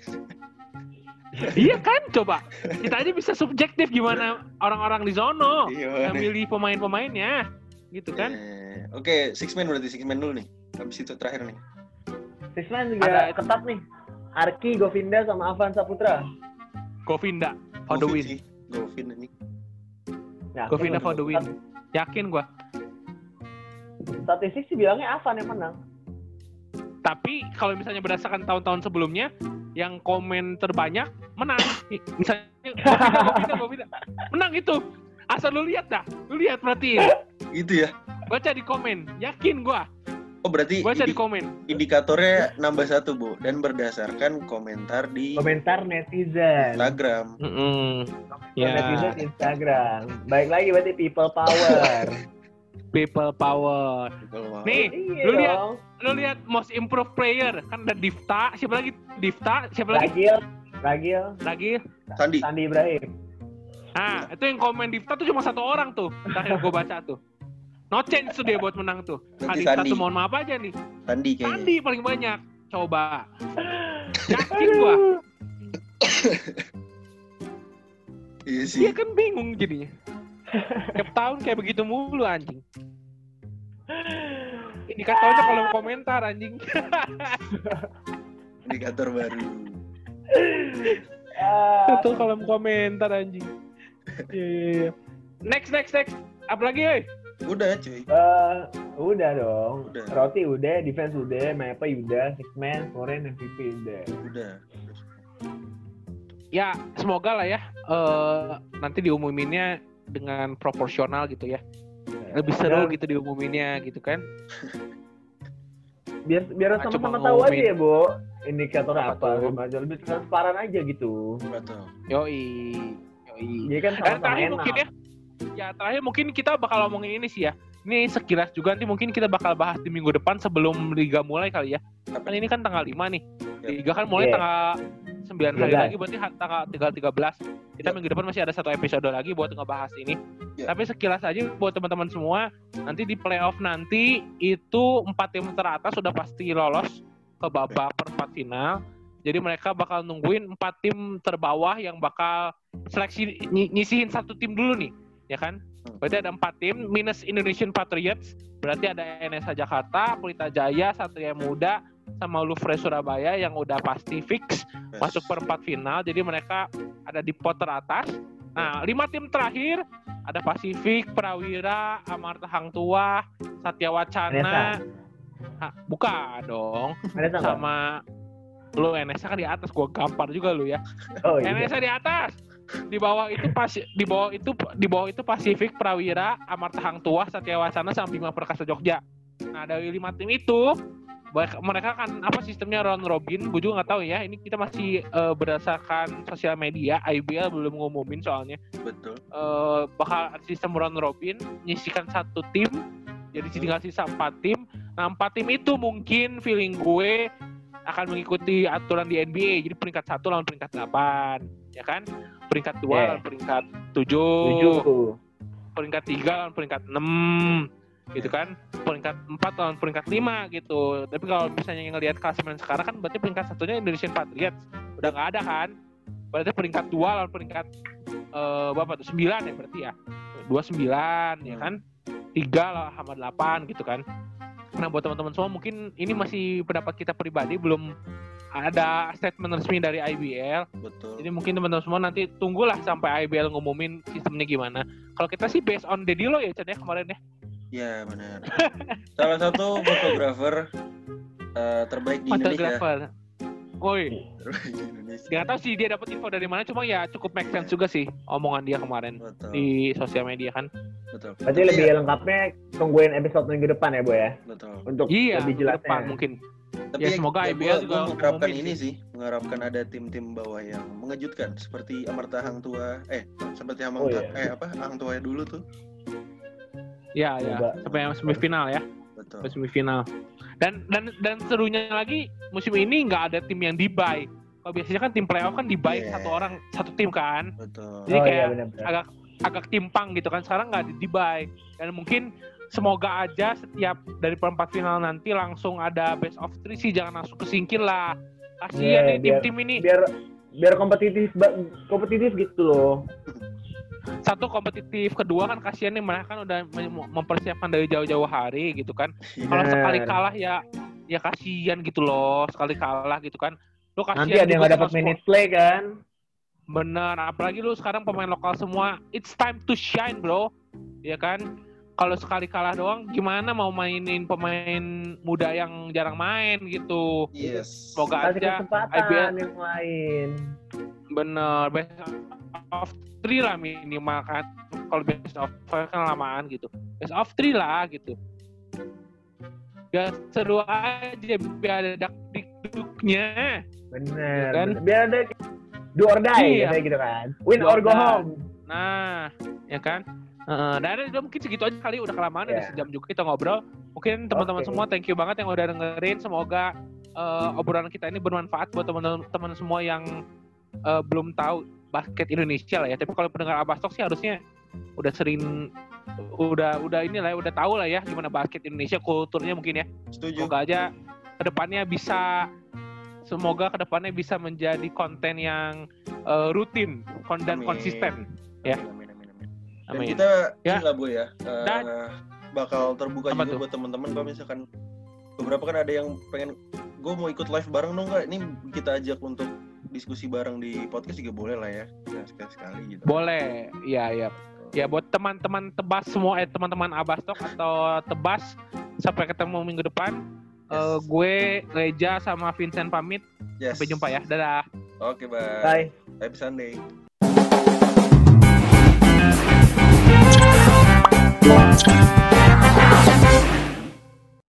S1: Iya kan, coba. Kita aja bisa subjektif gimana orang-orang di sono
S2: Iya,
S1: yang
S2: nih.
S1: milih pemain-pemainnya. Gitu kan.
S2: Eh, Oke, six man berarti six man dulu nih. Habis itu terakhir nih.
S3: Sisman juga
S1: Ada-
S3: ketat nih. Arki, Govinda sama Avan Saputra.
S1: Govinda for the
S2: Govin
S1: win.
S2: sih. Govin ini.
S3: Nah,
S1: Govinda
S3: kalau
S1: for the win. Yakin gua.
S3: statistik sih bilangnya Avan yang menang.
S1: Tapi kalau misalnya berdasarkan tahun-tahun sebelumnya, yang komen terbanyak menang. Misalnya Govinda, Govinda, Govinda. Menang itu. Asal lu lihat dah. Lu lihat perhatiin.
S2: Itu ya.
S1: Baca di komen. Yakin gua.
S2: Oh, berarti
S1: Baca di
S2: indi-
S1: komen.
S2: indikatornya nambah satu, Bu, dan berdasarkan komentar di
S3: Komentar netizen.
S2: Instagram.
S1: Mm-mm.
S3: Komentar
S1: Ya.
S3: netizen Instagram. Baik lagi berarti people power.
S1: People power.
S2: Kalau mau.
S1: Nih,
S3: Iya
S1: lu lihat,
S3: dong.
S1: lu lihat most improved player kan ada Difta, siapa lagi? Difta, siapa lagi?
S3: Ragil, Ragil,
S1: Lagi.
S2: Sandi.
S3: Sandi Ibrahim.
S1: Ah, itu yang komen Difta tuh cuma satu orang tuh. Terakhir gue baca tuh. No chance tuh dia buat menang tuh. Ah,
S2: Berarti
S1: Difta
S2: Sandi.
S1: tuh mohon maaf aja nih.
S2: Sandi kayaknya.
S1: Sandi paling banyak. Coba. Yakin gua.
S2: Iya sih.
S1: Dia kan bingung jadinya. Tiap tahun kayak begitu mulu anjing. Indikatornya kolom komentar anjing.
S2: Indikator baru.
S3: Ah,
S1: Itu kolom komentar anjing. Iya iya iya. Next next next. Apalagi euy?
S2: Udah, cuy.
S3: eh, udah dong.
S2: Udah.
S3: Roti udah, defense udah, Mepa udah, six man, Foreign, M V P udah.
S2: Udah.
S1: Ya semoga lah ya eh, nanti diumuminnya dengan proporsional gitu ya. Lebih seru
S3: Dan
S1: gitu diumuminnya gitu kan.
S3: biar biar
S1: Nah,
S3: sama-sama
S1: coba
S3: tahu aja
S1: ngumumin.
S3: ya, Bu. Indikator
S1: Apa
S3: apa,
S1: tuh?
S3: sama aja lebih transparan aja gitu.
S2: Betul.
S1: Yoi. Yoi.
S3: Jadi kan
S1: Dan
S3: sama-sama
S1: terakhir
S3: enak.
S1: mungkin ya. Ya terakhir mungkin kita bakal ngomongin ini sih ya. Ini sekilas juga nanti mungkin kita bakal bahas di minggu depan sebelum liga mulai kali ya.
S2: Apa
S1: Kan ini kan tanggal lima nih.
S2: Yep.
S1: Liga kan mulai
S3: Iya.
S1: tanggal sembilan hari
S3: tiga belas.
S1: lagi berarti ha- tanggal tanggal tiga belas. Kita
S2: Yep.
S1: minggu depan masih ada satu episode lagi buat ngebahas ini.
S2: Yep.
S1: Tapi sekilas aja buat teman-teman semua, nanti di playoff nanti itu empat tim teratas sudah pasti lolos ke babak perempat final. Jadi mereka bakal nungguin empat tim terbawah yang bakal seleksi ny- nyisihin satu tim dulu nih, ya kan? Berarti ada empat tim minus Indonesian Patriots. Berarti ada N S A Jakarta, Pelita Jaya, Satria Muda, sama Louvre Surabaya yang udah pasti fix
S2: Yes.
S1: masuk perempat final. Jadi mereka ada di pot teratas. Nah, lima tim terakhir ada Pasifik, Prawira, Amarta Hang Tuah, Satya Wacana. Ha, bukan dong.
S3: Ada sama?
S1: Sama lu N S A kan di atas, gua gampar juga lu ya.
S3: Oh iya.
S1: N S A di atas. Di bawah itu pas di bawah itu di bawah itu Pasifik, Prawira, Amarta Hang Tuah, Satya Wacana sama Bima Perkasa Jogja. Nah, dari lima tim itu mereka- mereka kan apa sistemnya round robin, gue juga nggak tahu ya. Ini kita masih eh, berdasarkan sosial media, I B L belum ngumumin soalnya.
S2: Betul.
S1: Eh, bakal ada sistem round robin, nyisikan satu tim, jadi tinggal sisa empat tim. Nah, empat tim itu mungkin feeling gue akan mengikuti aturan di N B A, jadi peringkat satu lawan peringkat delapan, ya kan? Peringkat dua
S3: Yeah.
S1: lawan peringkat tujuh,
S3: Tujuh.
S1: peringkat tiga lawan peringkat enam, gitu kan? Peringkat empat lawan peringkat lima gitu. Tapi kalau misalnya ngelihat klasemen sekarang kan berarti peringkat satunya Indonesian Patriots udah nggak ada kan? Berarti peringkat dua lawan peringkat eh, berapa tuh? sembilan ya berarti ya. dua sembilan ya kan? tiga lawan sama delapan gitu kan. Nah, buat teman-teman semua mungkin ini masih pendapat kita pribadi, belum ada statement resmi dari I B L.
S2: Betul.
S1: Jadi mungkin teman-teman semua nanti tunggulah sampai I B L ngumumin sistemnya gimana. Kalau kita sih based on Dedi Lo ya Chan ya kemarin ya.
S2: Ya, benar. Salah satu fotografer eh, terbaik di Indonesia.
S1: Fotografer. Woi,
S2: Terbaik di Indonesia.
S1: nggak tahu sih dia dapat info dari mana, cuma ya cukup make sense juga sih omongan dia kemarin
S2: Betul.
S1: di sosial media kan.
S2: Betul.
S3: Berarti
S2: Tapi
S3: lebih
S2: ya,
S3: lengkapnya tungguin episode minggu depan ya, Boy ya.
S2: betul.
S3: Untuk
S1: Iya,
S3: lebih
S1: ke
S3: jelasnya.
S1: depan mungkin.
S2: Tapi
S1: Ya, semoga I B L
S2: gua,
S1: juga
S2: gua mengharapkan
S1: ngumumin
S2: ini sih, mengharapkan ada tim-tim bawah yang mengejutkan seperti Amarta Hang Tua, eh seperti Hang
S3: Oh,
S2: Tua,
S3: iya.
S2: eh apa Hang Tua dulu tuh.
S1: Ya, ya.
S3: Coba.
S1: Sampai yang semifinal ya.
S2: Betul.
S1: Sampai semifinal. Dan dan dan serunya lagi musim ini nggak ada tim yang di-buy. Kalau biasanya kan tim playoff kan di-buy
S2: Yeah.
S1: satu orang satu tim kan.
S2: Betul.
S1: Jadi
S3: Oh,
S1: kayak
S3: iya, benar-benar.
S1: agak agak timpang gitu kan. Sekarang nggak di-buy. Dan mungkin semoga aja setiap dari perempat final nanti langsung ada best of three sih, jangan langsung kesingkir lah. Kasihan
S3: Iya,
S1: nih
S3: biar-
S1: tim-tim ini.
S3: Biar biar kompetitif ba- kompetitif gitu loh.
S1: Satu kompetitif, kedua kan kasihan nih mereka kan udah mem- mempersiapkan dari jauh-jauh hari gitu kan. Kalau
S3: Bener.
S1: sekali kalah ya ya kasihan gitu loh, sekali kalah gitu kan. Lu kasihan
S3: Nanti ada yang
S1: juga
S3: nggak dapat
S1: sama
S3: minute play kan?
S1: Bener, apalagi lu sekarang pemain lokal semua. It's time to shine, bro. Ya kan? Kalau sekali kalah doang, gimana mau mainin pemain muda yang jarang main gitu.
S2: Yes.
S1: Semoga
S3: Kasih
S1: aja I B L
S3: kesempatan yang lain.
S1: bener best of three lah minimal kan. Kalau best of five kan lamaan gitu. Best of three lah gitu. Ya seru aja biar ada dak-dikduknya.
S3: Bener.
S1: Kan?
S3: bener. Biar ada do or die
S1: Iya.
S3: kayak gitu kan. Win
S1: Do
S3: or
S1: or
S3: go
S1: die.
S3: home.
S1: Nah, ya kan? Heeh, dan udah mungkin segitu aja kali, udah kelamaan, udah
S3: Yeah.
S1: sejam juga kita ngobrol. Mungkin teman-teman
S3: Oke.
S1: semua thank you banget yang udah dengerin. Semoga eh, obrolan kita ini bermanfaat buat teman-teman semua yang eh, belum tahu basket Indonesia lah ya. Tapi kalau pendengar Abastok sih harusnya udah sering udah udah inilah ya, udah tahu lah ya gimana basket Indonesia, kulturnya mungkin ya.
S2: Setuju.
S1: Semoga aja kedepannya bisa semoga kedepannya bisa menjadi konten yang eh, rutin kon- dan
S2: Amin.
S1: konsisten. Ya.
S2: Amin, amin, amin, amin. Dan
S1: Amin.
S2: kita
S1: Ya.
S2: inilah Bu ya. eh,
S1: Dan-
S2: bakal terbuka
S1: Apa
S2: juga
S1: tuh?
S2: buat teman-teman kalau misalkan beberapa kan ada yang pengen gue mau ikut live bareng dong nggak? Ini kita ajak untuk diskusi bareng di podcast juga boleh lah ya. Nah, sekali-sekali gitu.
S1: Boleh, iya iya. Ya buat teman-teman Tebas semua, eh teman-teman Abastok atau Tebas, sampai ketemu minggu depan.
S2: Yes.
S1: Eh, gue Reja sama Vincent pamit.
S2: Yes.
S1: Sampai jumpa ya. Dadah.
S2: Oke, bye.
S3: Bye.
S2: Happy Sunday.